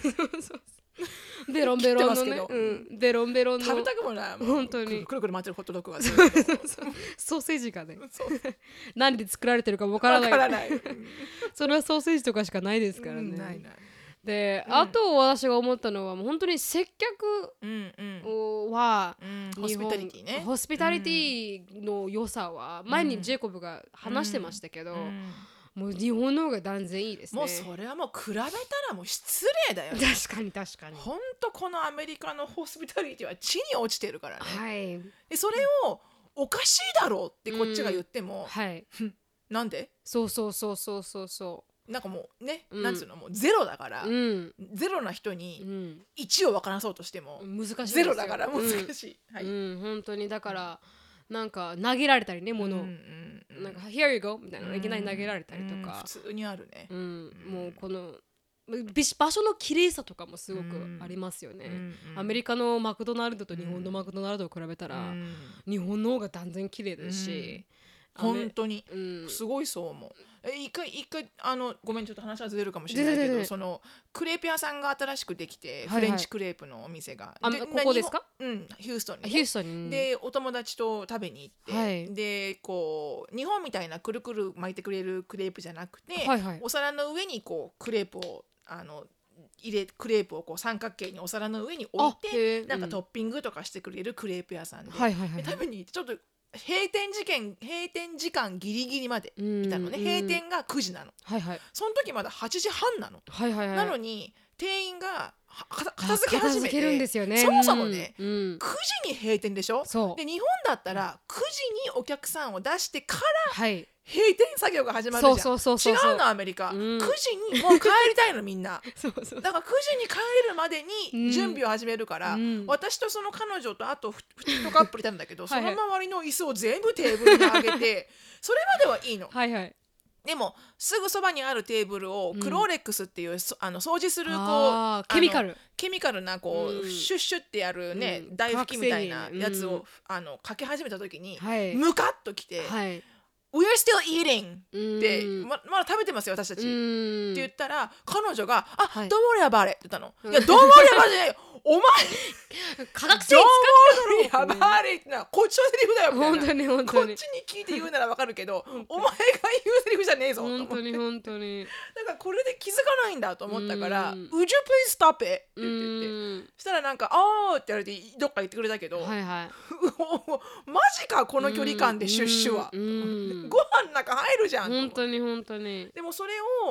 ベロンベロンのね、ベロンベロンの食べたくもない、 本当にくるくる回ってるホットドッグがソーセージがね何で作られてるかわからないそれはソーセージとかしかないですからね。 ないで、あと私が思ったのは、もう本当に接客は、 ホスピタリティね。 ホスピタリティの良さは前にジェイコブが話してましたけど、もう日本の方が断然いいですね。 もうそれはもう比べたらもう失礼だよね。 確かに本当このアメリカのホスピタリティは地に落ちてるからね、 はい、 でそれをおかしいだろうってこっちが言っても、 はい、 なんでそうなんかもうね、なんつうの、もうゼロだから、ゼロな人に1を分からそうとしても難しいですよ。 ゼロだから難しい、 本当にだから、なんか投げられたりね、物を、なんか Here you go みたいな、いきなり投げられたりとか、 普通にあるね、 もうこの場所の綺麗さとかもすごくありますよね、アメリカのマクドナルドと日本のマクドナルドを比べたら、日本の方が断然綺麗ですし、 本当に、すごいそう思う。一回ごめん、ちょっと話はずれるかもしれないけど、そのクレープ屋さんが新ししくできて、フレンチクレープのお店が、 ここですか？ ヒューストンに、でお友達と食べに行って、でこう日本みたいなくるくる巻いてくれるクレープじゃなくて、お皿の上にこうクレープをクレープをこう三角形にお皿の上に置いて、なんかトッピングとかしてくれるクレープ屋さんで、食べに行って、ちょっと閉店時間ギリギリまでいたのね。閉店が9時なの、その時まだ8時半なの、なのに店員が片付け始めてるんですよね。そもそもね、9時に閉店でしょ。で日本だったら9時にお客さんを出してから閉店作業が始まるじゃん。違うのアメリカ、9時にもう帰りたいのみんなだから9時に帰れるまでに準備を始めるから、私とその彼女とあと1カップルいたんだけど、その周りの椅子を全部テーブルに上げてそれまではいいの。でもすぐそばにあるテーブルをクローレックスっていう、掃除するこうケミカルなこう、シュッシュってやるね、台拭きみたいなやつをかけ始めた時に、ムカッときて、We're still eating って、まだ食べてますよ私たちって言ったら、彼女がDon't worry about it って言ったの。いや Don't worry about it お前科学生使ってるのってな、こっちのセリフだよみたいな。 本当にこっちに聞いて言うならわかるけどお前が言うセリフじゃねえぞと思って、 本当にだからこれで気づかないんだと思ったから「Would you please stop it?」って言ってそしたらなんか「あー」って言われてどっか行ってくれたけど、マジかこの距離感でシュッシュはご飯の中入るじゃん。 本当にでもそれを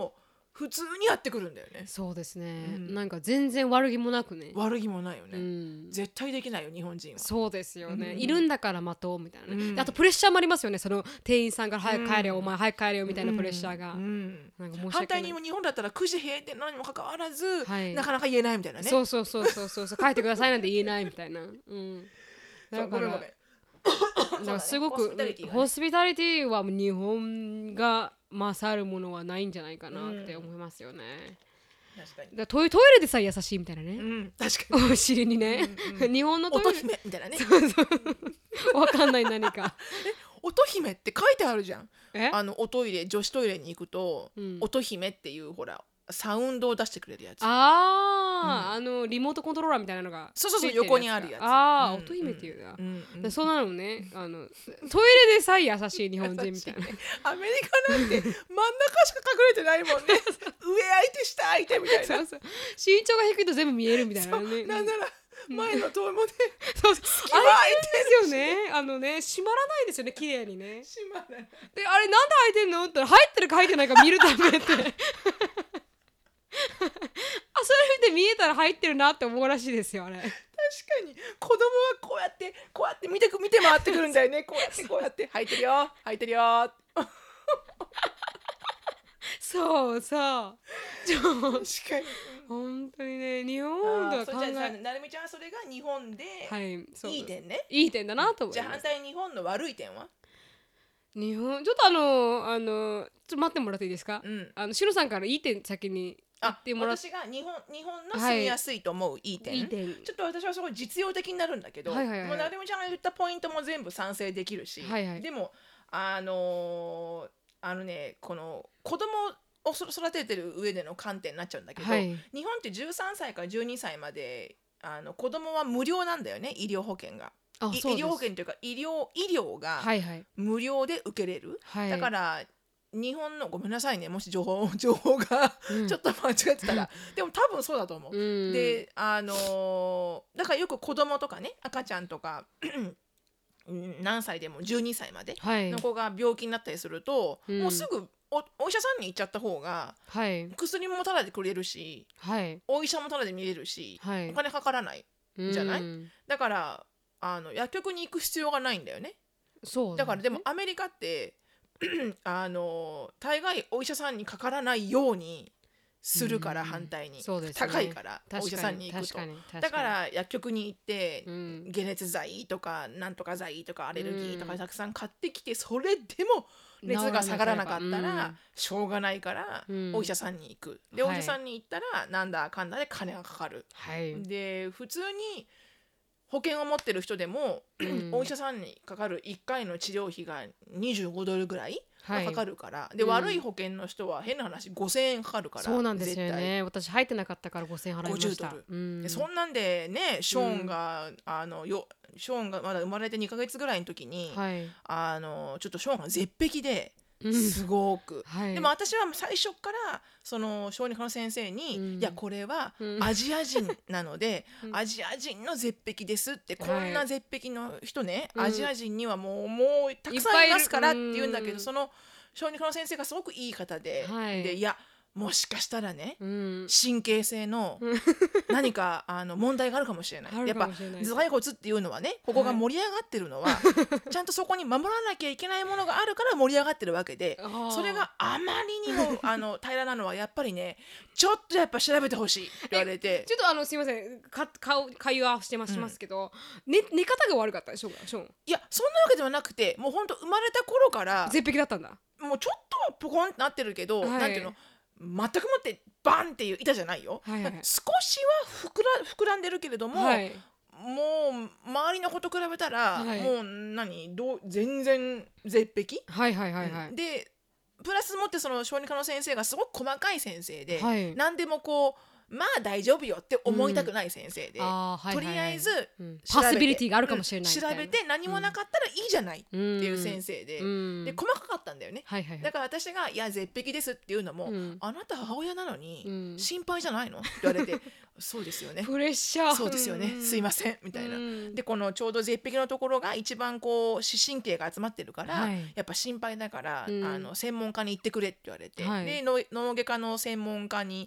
普通にやってくるんだよね。 そうですね、 うん、 なんか全然悪気もなくね。 悪気もないよね、 うん、 絶対できないよ日本人は。 そうですよね、 うん、 いるんだから待とうみたいなね、 うん、 あとプレッシャーもありますよね、その店員さんから早く帰れよ、 うん、 お前早く帰れよみたいなプレッシャーが、 うん、 なんか申し訳ない。 反対に日本だったら9時閉店なのにもかかわらず、 はい、 なかなか言えないみたいなね。 そうそうそうそうそう帰ってくださいなんて言えないみたいな、うん、だからごめんだからすごくホスピタリティは日本が勝るものはないんじゃないかなって思いますよね。 確かに。 だトイレでさえ優しいみたいなね、 うん、確かにお尻にね、うんうん、日本のトイレ乙姫みたいなね。 そうそうわかんない何か乙姫って書いてあるじゃん。おトイレ女子トイレに行くと、うん、乙姫っていうほらサウンドを出してくれるやつ。 ああ、うん、リモートコントローラーみたいなのがそうそうそう横にあるやつ。 ああ、乙姫っていうな、そうなのね、トイレでさえ優しい日本人みたいなアメリカなんて真ん中しか隠れてないもんね上相手下相手みたいなそうそう身長が低いと全部見えるみたいなね。 なんなら前の遠もね、 そう隙間空いてるですよね。閉まらないですよね、綺麗にね。 閉まらない。 で、あれなんで開いてんのって入ってるか入ってないか見るためってそれ見て見えたら入ってるなって思うらしいですよ、あれ。 確かに子供はこうやって見て回ってくるんだよね。こうやって入ってるよ入ってるよそうそう確かに本当にね、日本では考えなるみちゃんはそれが日本でいい点ね。 いい点だなと思います。 じゃあ反対に日本の悪い点は？ 日本ちょっとちょっと待ってもらっていいですか？シロさんからいい点先に言ってもらって。 私が日本の住みやすいと思ういい点、ちょっと私はすごい実用的になるんだけど、もうなるみちゃんが言ったポイントも全部賛成できるし、でもこの子供を育ててる上での観点になっちゃうんだけど、日本って13歳から12歳まで子供は無料なんだよね、医療保険が。医療保険というか医療が無料で受けれる、だから日本のごめんなさいねもし情報がちょっと間違ってたら、でも多分そうだと思う、でだからよく子供とかね赤ちゃんとか何歳でも12歳までの子が病気になったりすると、もうすぐお医者さんに行っちゃった方が、薬もタダでくれるし、お医者もタダで見れるし、お金かからないじゃない、だから薬局に行く必要がないんだよね。そうだからでもアメリカって大概お医者さんにかからないようにするから、反対に、高いからお医者さんに行くと、だから薬局に行って、解熱剤とかなんとか剤とかアレルギーとかたくさん買ってきて、それでも熱が下がらなかったらしょうがないから、お医者さんに行く。でお医者さんに行ったらなんだかんだで金がかかる、で普通に保険を持ってる人でも、お医者さんにかかる1回の治療費が25ドルぐらいかかるから、で悪い保険の人は変な話5000円かかるから。 そうなんですよね、私入ってなかったから5000円払いました。 50ドル、でそんなんでね、ショーンがまだ生まれて2ヶ月ぐらいの時に、ちょっとショーンが絶壁ですごく、でも私は最初からその小児科の先生に、いやこれはアジア人なので、アジア人の絶壁ですって、こんな絶壁の人ね、アジア人にはもうたくさんいますからって言うんだけど、その小児科の先生がすごくいい方で、でいやもしかしたらね、神経性の何か問題があるかもしれない。やっぱ頭蓋骨っていうのはね、ここが盛り上がってるのは、ちゃんとそこに守らなきゃいけないものがあるから盛り上がってるわけで、それがあまりにも平らなのはやっぱりね、ちょっとやっぱ調べてほしいって言われて、 ちょっとすいません、会話してますけど、寝方が悪かったでしょうか？ いやそんなわけではなくて、もうほんと生まれた頃から絶壁だったんだ。 もうちょっとはポコンってなってるけど、なんていうの、全くもってバンっていう板じゃないよ、少しは膨らんでるけれども、もう周りの子と比べたら、もう全然絶壁、でプラスもってその小児科の先生がすごく細かい先生で、何でもこうまあ大丈夫よって思いたくない先生で、とりあえずパスビリティがあるかもしれないみたいな、 調べて何もなかったらいいじゃないっていう先生で、で細かかったんだよね、だから私がいや絶壁ですっていうのも、あなた母親なのに心配じゃないのって言われてそうですよね、 プレッシャー、 そうですよね、すいませんみたいな、でこのちょうど絶壁のところが一番こう視神経が集まってるから、やっぱ心配だから、専門家に行ってくれって言われて、で脳外科の専門家に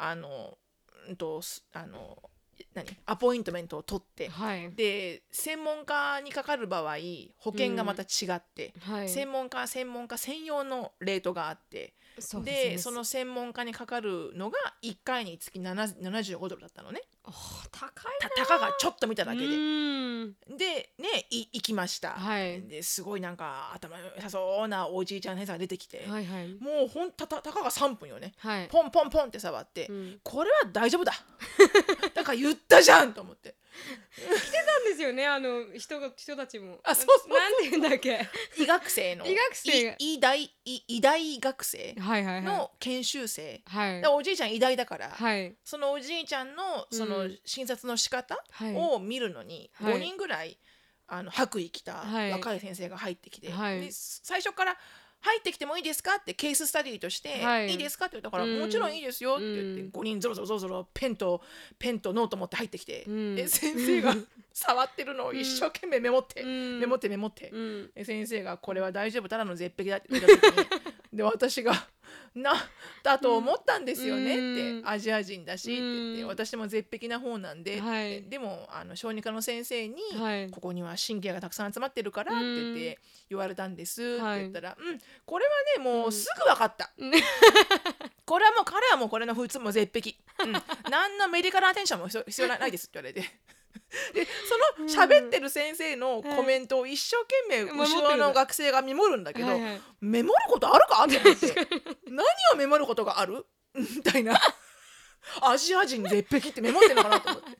アポイントメントを取って、で専門家にかかる場合保険がまた違って、専門家専用のレートがあって、でその専門家にかかるのが1回につき75ドルだったのね。 高いな。 たかがちょっと見ただけででね行きました、ですごいなんか頭良さそうなおじいちゃん先生が出てきて、もうほんたかが3分よね、ポンポンポンって触って、これは大丈夫だだから言ったじゃんと思って来てたんですよね、人たちも。 そうそうなんて言うんだっけ、 医学生の医大学生の研修生、おじいちゃん医大だから、そのおじいちゃんのその診察の仕方を見るのに5人ぐらい白衣着た若い先生が入ってきて、で最初から入ってきてもいいですかってケーススタディとして、いいですかって言ったから、もちろんいいですよって言って5人ゾロゾロペンとノート持って入ってきて、で先生が触ってるのを一生懸命メモって、で先生がこれは大丈夫、ただの絶壁だって言った時にで私がだと思ったんですよねって、アジア人だしって言って、私も絶壁な方なんで、でも小児科の先生に、ここには神経がたくさん集まってるからって言われたんですって言ったら、これはねもうすぐ分かった、これはもう彼はもうこれの普通も絶壁、何のメディカルアテンションも必要ないですって言われてでその喋ってる先生のコメントを一生懸命後ろの学生がメモるんだけど、メモることあるかって思って何をメモることがあるみたいなアジア人絶壁ってメモってんのかなと思って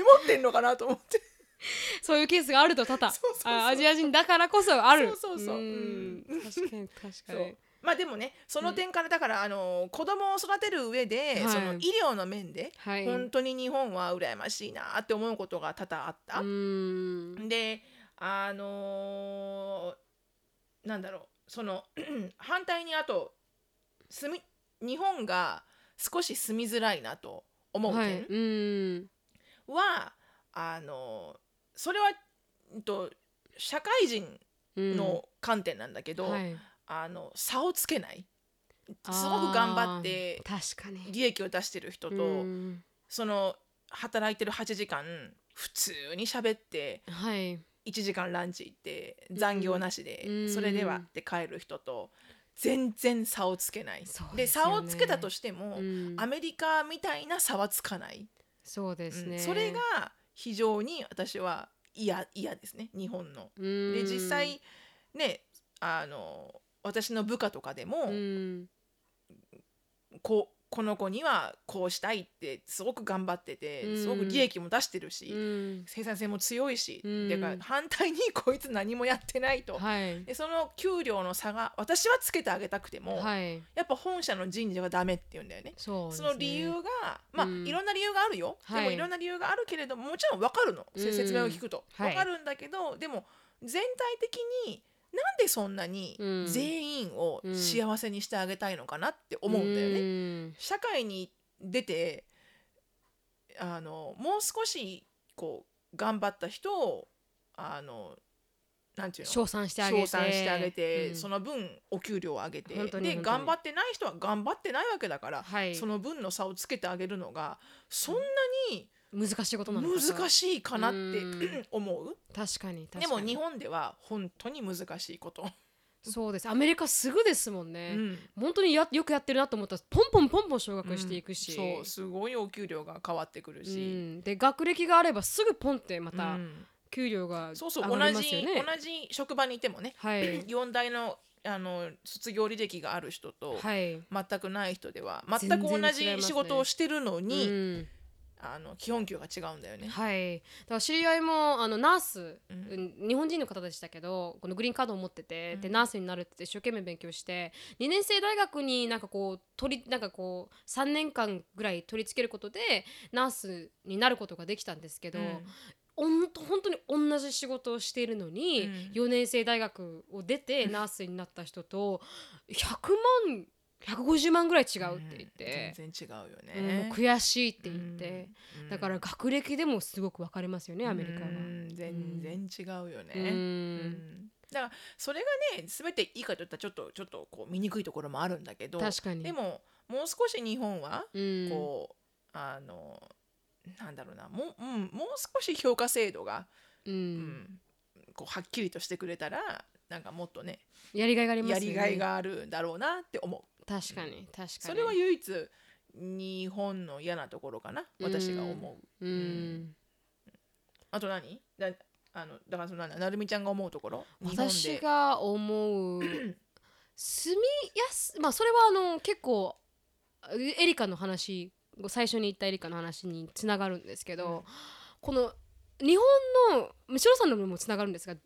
そういうケースがあると多々アジア人だからこそある。確かにまあでもねその点からだから、子供を育てる上で、その医療の面で、本当に日本は羨ましいなって思うことが多々あった。でなんだろう、その反対にあと日本が少し住みづらいなと思う点は、それは社会人の観点なんだけど、差をつけない、すごく頑張って利益を出してる人と、その働いてる8時間普通に喋って、1時間ランチ行って残業なしで、それではって帰る人と全然差をつけない。で差をつけたとしても、アメリカみたいな差はつかない。 そうですね、 それが非常に私は嫌ですね、日本の。で実際ね私の部下とかでも、この子にはこうしたいってすごく頑張ってて、すごく利益も出してるし、生産性も強いし、だから反対にこいつ何もやってないと、でその給料の差が私はつけてあげたくても、やっぱ本社の人事はダメって言うんだよね。その理由がいろんな理由があるよ、でもいろんな理由があるけれども、もちろん分かるの、説明を聞くと分かるんだけど、でも全体的になんでそんなに全員を幸せにしてあげたいのかなって思うんだよね。社会に出てもう少しこう頑張った人をなんていうの、 称賛してあげて、 その分お給料を上げて、で頑張ってない人は頑張ってないわけだから、その分の差をつけてあげるのがそんなに難しいことなのか、 難しいかなって思う。 確かにでも日本では本当に難しいこと。 そうです、アメリカすぐですもんね、本当によくやってるなと思ったらポンポン昇格していくし、 そうすごいお給料が変わってくるし、 で学歴があればすぐポンってまた給料が上がりますよね。 同じ職場にいてもね、4大の卒業履歴がある人と、全くない人では全く同じ仕事をしてるのに、 基本給が違うんだよね。 はい。だから知り合いもナース、日本人の方でしたけど、このグリーンカードを持ってて、でナースになるって一生懸命勉強して、2年生大学になんかこう3年間ぐらい取り付けることでナースになることができたんですけど、本当に同じ仕事をしているのに、4年生大学を出てナースになった人と100万150万ぐらい違うって言って、 全然違うよね、 悔しいって言って、だから学歴でもすごく分かれますよね、アメリカは。 全然違うよね、だからそれがね全ていいかといったらちょっとこう見にくいところもあるんだけど、 確かに。 でももう少し日本はこう、なんだろうな、もう少し評価制度が、こうはっきりとしてくれたらなんかもっとねやりがいがありますよね。 やりがいがあるんだろうなって思う。 確かにそれは唯一日本の嫌なところかな、私が思う。あと何だからそのなるみちゃんが思うところ、 私が思う住みやすまあそれは結構エリカの話、最初に言ったエリカの話につながるんですけど、この日本のシロさんのもつながるんです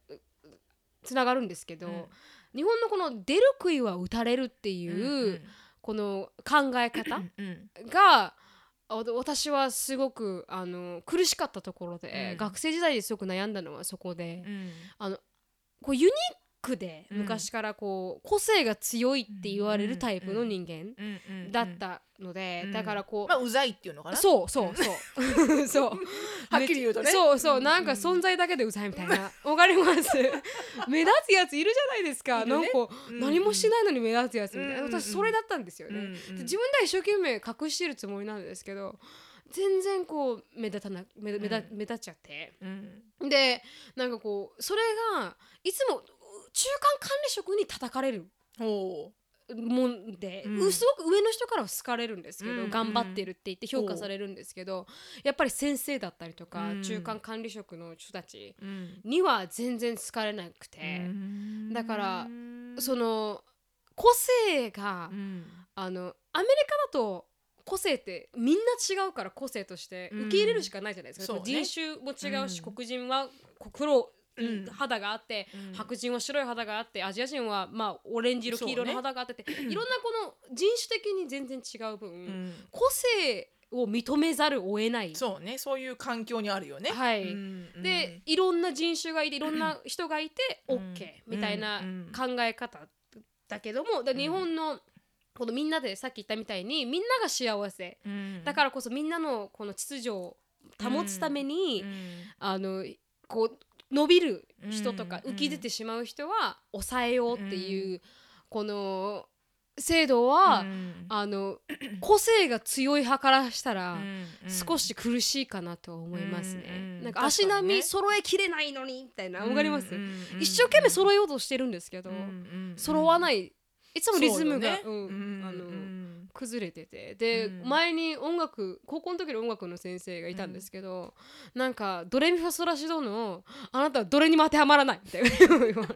けど、日本のこの出る杭は打たれるっていう、この考え方が私はすごく苦しかったところで、学生時代ですごく悩んだのはそこで、こうユニークで昔からこう個性が強いって言われるタイプの人間だったので、だからこううざいっていうのかな、 そうそうはっきり言うとね、 なんか存在だけでうざいみたいな、わかります目立つやついるじゃないですか、なんか何もしないのに目立つやつみたいな、私それだったんですよね。自分では一生懸命隠してるつもりなんですけど、全然こう目立っちゃって、でなんかこうそれがいつも中間管理職に叩かれるもんで、すごく上の人からは好かれるんですけど、頑張ってるって言って評価されるんですけど、やっぱり先生だったりとか、中間管理職の人たちには全然好かれなくて、だからその個性が、アメリカだと個性ってみんな違うから、個性として受け入れるしかないじゃないですか、人種も違うし、黒人は黒肌があって、白人は白い肌があって、アジア人はオレンジ色、黄色の肌があって、いろんなこの人種的に全然違う分、個性を認めざるを得ない、 そういう環境にあるよね。 でいろんな人種がいて、いろんな人がいて OK みたいな考え方だけども、日本のこのみんなでさっき言ったみたいにみんなが幸せ、だからこそみんなのこの秩序を保つために、こう伸びる人とか浮き出てしまう人は抑えようっていう、この制度は、個性が強い派からしたら少し苦しいかなと思いますね。なんか足並み揃えきれないのにみたいな、わかります？一生懸命揃えようとしてるんですけど、揃わない、いつもリズムが崩れてて、で、前に高校の時の音楽の先生がいたんですけど、なんかドレミファソラシドのあなたはどれにも当てはまらないみたいな言われて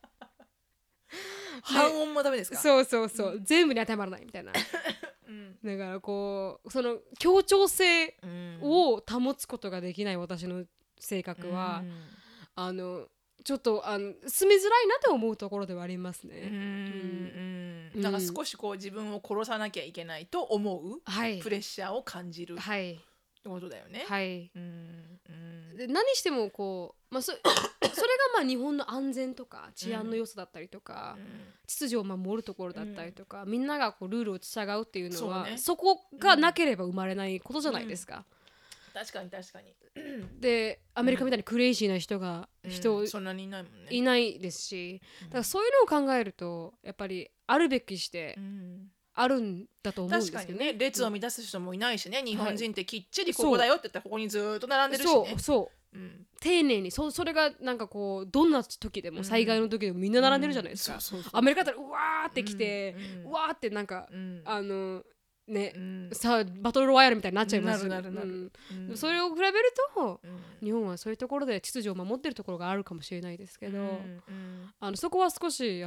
半音もダメですか？ そう全部に当てはまらないみたいなだからこうその協調性を保つことができない私の性格は、ちょっと住みづらいなと思うところではありますね。 なんか少しこう自分を殺さなきゃいけないと思う、プレッシャーを感じるってことだよね。で何してもこう、それが日本の安全とか治安の良さだったりとか、秩序を守るところだったりとか、みんながこうルールを従うっていうのは そこがなければ生まれないことじゃないですか。 確かにでアメリカみたいにクレイジーな人そんなにいないもんね。 いないですし、だからそういうのを考えるとやっぱりあるべきしてあるんだと思うんですけどね。 確かにね、列を乱す人もいないしね、日本人ってきっちりここだよって言ったらここにずっと並んでるしね。丁寧にそれがなんかこうどんな時でも災害の時でもみんな並んでるじゃないですか。アメリカだったらうわーって来て、うわーってなんかさあバトルロワイヤルみたいになっちゃいます。それを比べると、日本はそういうところで秩序を守ってるところがあるかもしれないですけど、そこは少し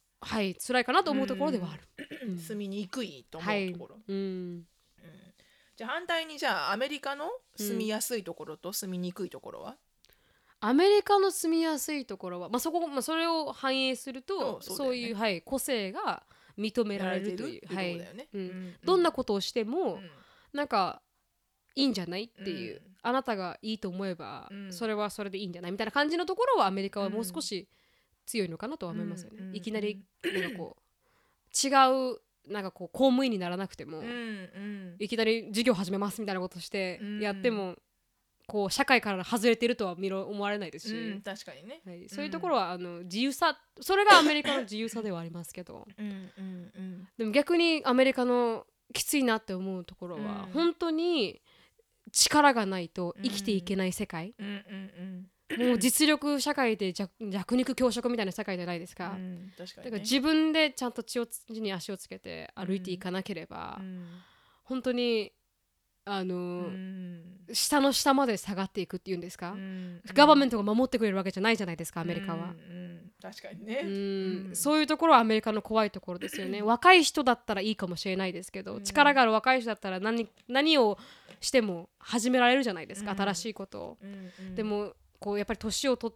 辛いかなと思うところではある。 住みにくいと思うところ。 じゃあ反対にじゃあアメリカの住みやすいところと住みにくいところは、 アメリカの住みやすいところは、そこ、それを反映すると、そういう、はい、個性が認められるという、はい、どんなことをしても、なんかいいんじゃないっていう、あなたがいいと思えば、それはそれでいいんじゃないみたいな感じのところはアメリカはもう少し強いのかなとは思いますよね。いきなりなんかこう違うなんかこう公務員にならなくても、いきなり授業始めますみたいなことしてやっても、こう社会から外れてるとは思われないですし、 確かにね、 はい、そういうところは自由さ、それがアメリカの自由さではありますけどでも逆にアメリカのきついなって思うところは、本当に力がないと生きていけない世界、もう実力社会で弱肉強食みたいな社会じゃないですか、 確かにね、 だから自分でちゃんと地に足をつけて歩いていかなければ、本当に下の下まで下がっていくっていうんですか、ガバメントが守ってくれるわけじゃないじゃないですか、アメリカは。 確かにね、 そういうところはアメリカの怖いところですよね。若い人だったらいいかもしれないですけど、力がある若い人だったら何をしても始められるじゃないですか、新しいことを。でもこうやっぱり年を取って、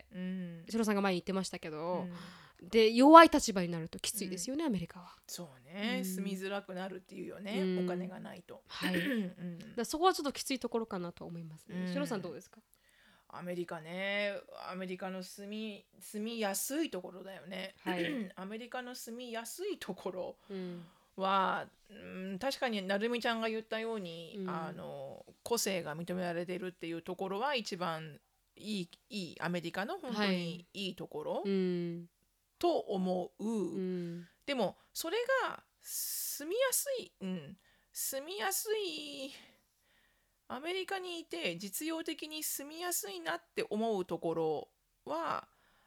シロさんが前に言ってましたけど、で弱い立場になるときついですよね、アメリカは。 そうね、住みづらくなるっていうよね、お金がないと。 はいだそこはちょっときついところかなと思いますね。シロさんどうですか？ アメリカね、アメリカの住みやすいところだよね、はい、アメリカの住みやすいところは、確かになるみちゃんが言ったように、個性が認められてるっていうところは一番いいアメリカの本当にいいところ、と思う、でもそれが住みやすい、住みやすいアメリカにいて実用的に住みやすいなって思うところは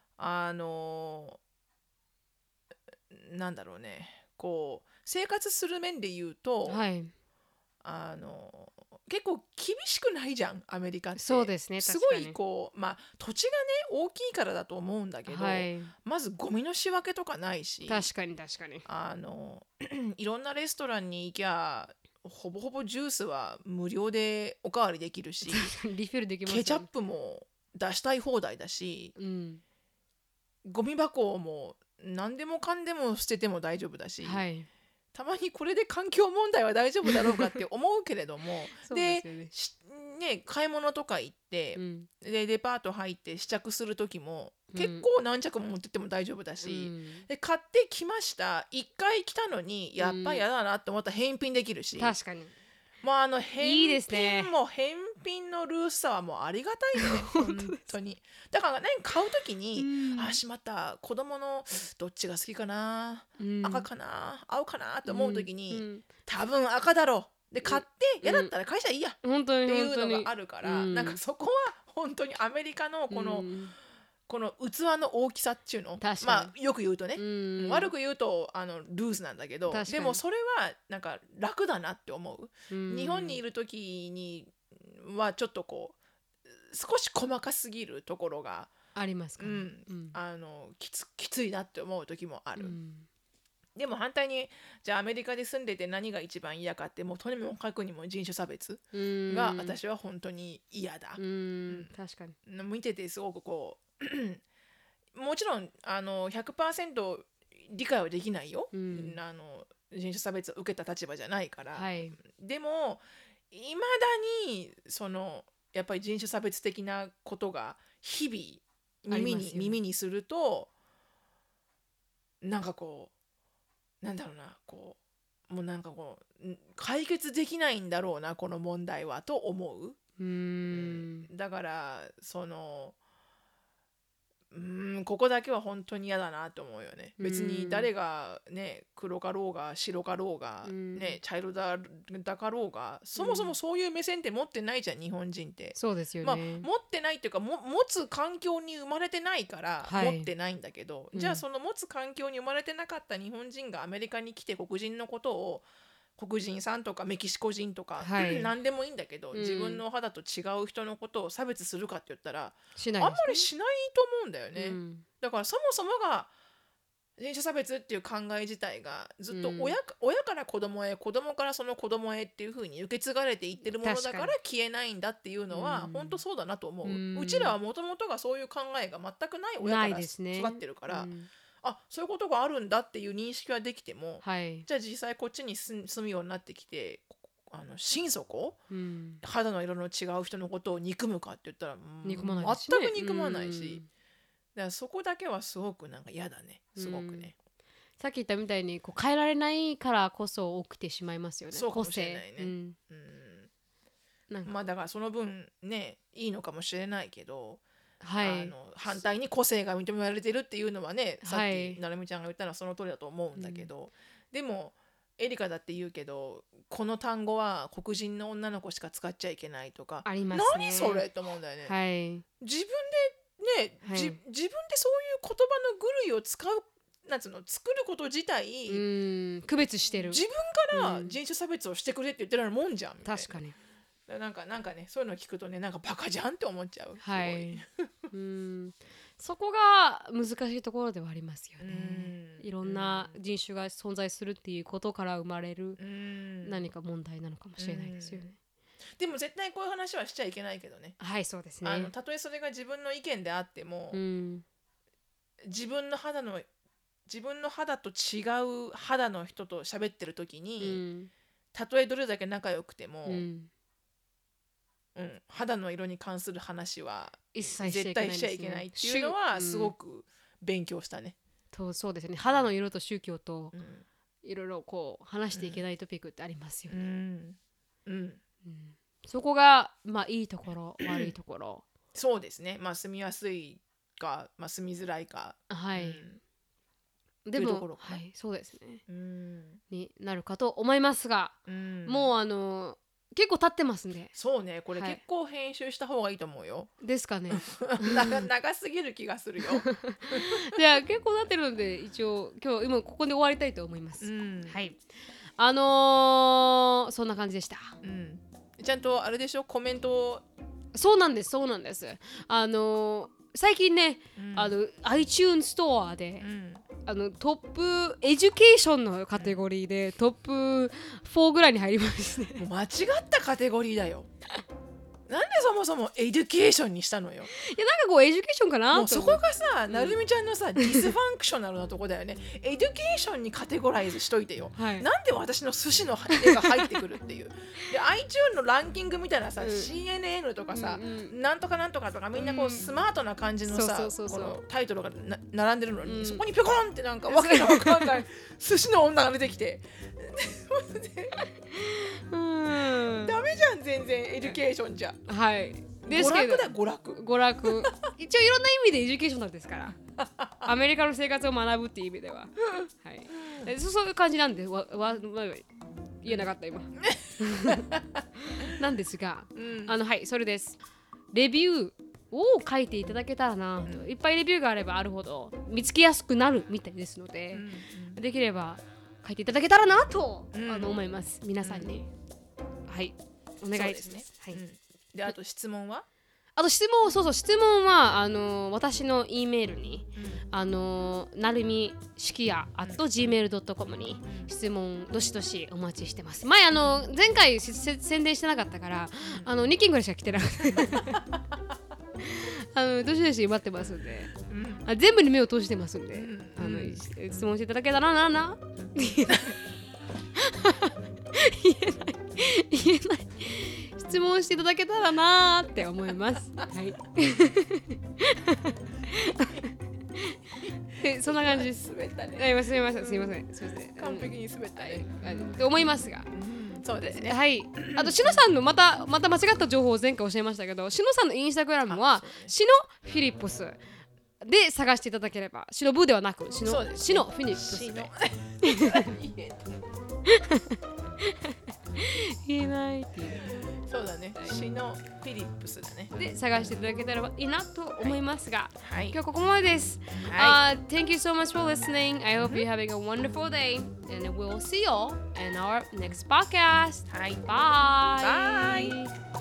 なんだろうね、こう生活する面で言うと、 はい、 結構厳しくないじゃんアメリカって。 そうですね、 すごいこう土地がね大きいからだと思うんだけど、はい、まずゴミの仕分けとかないし、 確かにいろんなレストランに行きゃほぼほぼジュースは無料でおかわりできるしリフィルできますよね、 ケチャップも出したい放題だし、ゴミ箱も何でもかんでも捨てても大丈夫だし、はい、たまにこれで環境問題は大丈夫だろうかって思うけれどもで買い物とか行って、でデパート入って試着する時も、結構何着も持ってっても大丈夫だし、で買ってきました、1回来たのにやっぱり嫌だなって思ったら返品できるし、 確かに返品も返品のルースさはもうありがたいよね本当に。だから買う時に、しまった子供のどっちが好きかな、赤かな青かなって思う時に、多分赤だろうで買って、嫌だったら会社いいやっていうのがあるから、なんかそこは本当にアメリカのこの器の大きさっていうの、よく言うとね、悪く言うとルーズなんだけど、でもそれはなんか楽だなって思う。日本にいる時にはちょっとこう少し細かすぎるところがありますか、 きついなって思う時もある。でも反対にじゃあアメリカで住んでて何が一番嫌かって、もうとにもかくにも人種差別が私は本当に嫌だ。 確かに見ててすごくこうもちろん100% 理解はできないよ、人種差別を受けた立場じゃないから、でもいまだにやっぱり人種差別的なことが日々耳にすると、なんかこうなんだろうな、こうもうなんかこう解決できないんだろうなこの問題はと思う。だからここだけは本当に嫌だなと思うよね。別に誰がね黒かろうが白かろうがね茶色だかろうが、そもそもそういう目線って持ってないじゃん日本人って。 そうですよね。 持ってないっていうか持つ環境に生まれてないから持ってないんだけど、じゃあその持つ環境に生まれてなかった日本人がアメリカに来て黒人のことを黒人さんとかメキシコ人とか、何でもいいんだけど、自分の肌と違う人のことを差別するかって言ったら、あんまりしないと思うんだよね。だからそもそもが人種差別っていう考え自体がずっと親から子供へ、子供からその子供へっていう風に受け継がれていってるものだから消えないんだっていうのは本当そうだなと思う。うちらはもともとがそういう考えが全くない親から育ってるから、あ、そういうことがあるんだっていう認識はできても、 はい、 じゃあ実際こっちに住むようになってきて、心底、肌の色の違う人のことを憎むかって言ったら、 憎まないですね、 全く憎まないし、だからそこだけはすごくなんか嫌だね、すごくね。 さっき言ったみたいにこう変えられないからこそ起きてしまいますよね。 そうかもしれないね。まあだからその分ねいいのかもしれないけど、はい、反対に個性が認められてるっていうのはね、さっきなるみちゃんが言ったのはその通りだと思うんだけど、でもエリカだって言うけど、この単語は黒人の女の子しか使っちゃいけないとかありますね。 何それと思うんだよね。 はい、 自分でね、自分でそういう言葉の具類を使うなんつうの作ること自体区別してる。 自分から人種差別をしてくれって言ってるようなもんじゃんみたいな。 確かに。 なんかね、そういうの聞くとね、なんかバカじゃんって思っちゃう。 はい。そこが難しいところではありますよね。いろんな人種が存在するっていうことから生まれる何か問題なのかもしれないですよね。 でも絶対こういう話はしちゃいけないけどね。 はい、そうですね。 たとえそれが自分の意見であっても、自分の肌と違う肌の人と喋ってる時に、たとえどれだけ仲良くても、肌の色に関する話は絶対しちゃいけないっていうのはすごく勉強したね。 そうですね。肌の色と宗教といろいろこう話していけないトピックってありますよね。そこがまあいいところ悪いところ。 そうですね。まあ住みやすいか、まあ、住みづらいか。 はい。でも、はい、そうですね。になるかと思いますが、もう結構経ってますんで。 そうね、これ結構編集した方がいいと思うよ。 ですかね。 長すぎる気がするよ。 じゃあ結構経ってるので一応今ここで終わりたいと思います。はい。そんな感じでした。 ちゃんとあれでしょ、コメントを。 そうなんです。最近ね、iTunes ストアで、トップエデュケーションのカテゴリーでトップ4ぐらいに入りますね。 もう間違ったカテゴリーだよ。なんでそもそもエデュケーションにしたのよ。いや、 なんかこうエデュケーションかなと。 もうそこがさ、なるみちゃんのさ、ディスファンクショナルなとこだよね。エデュケーションにカテゴライズしといてよ。なんで私の寿司の絵が入ってくるっていう。で、iTunes のランキングみたいなさ、CNN とかさ、なんとかなんとかとかみんなこうスマートな感じのさ、このタイトルが並んでるのに、そこにピョコンってなんかわけのわかんない寿司の女が出てきて。ダメじゃん、全然エデュケーションじゃ。 はい。ですけど娯楽。 一応いろんな意味でエデュケーションなんですから。アメリカの生活を学ぶっていう意味では。はい。そういう感じなんで言えなかった今。なんですが、はい、それです。レビューを書いていただけたらなと、いっぱいレビューがあればあるほど見つけやすくなるみたいですので、できれば書いていただけたらなと、思います。皆さんに、はい、お願いします。はい。 で、あと質問は？ 質問は私の E メールに、なるみしきや @gmail.com に質問どしどしお待ちしてます。前前回宣伝してなかったから2件ぐらいしか来てなかったどしどし待ってますんで、全部に目を通してますんで、質問していただけたらな言えない質問していただけたらなーって思います。はい。で、そんな感じです。 滑ったね。 すみません。 完璧に滑ったね。 って思いますが。 そうですね。 はい。あとしのさんのまた間違った情報を前回教えましたけど、しのさんのインスタグラムはしのフィリップスで探していただければ、しのブーではなくしのフィリップスで。言えないっていう。 そうだね。シノフィリップスだね。 で探していただけたらいいなと思いますが、 はい、 今日ここまでです。Thank you so much for listening. I hope you're having a wonderful day, and we'll see you in our next podcast. はい。 Bye. Bye.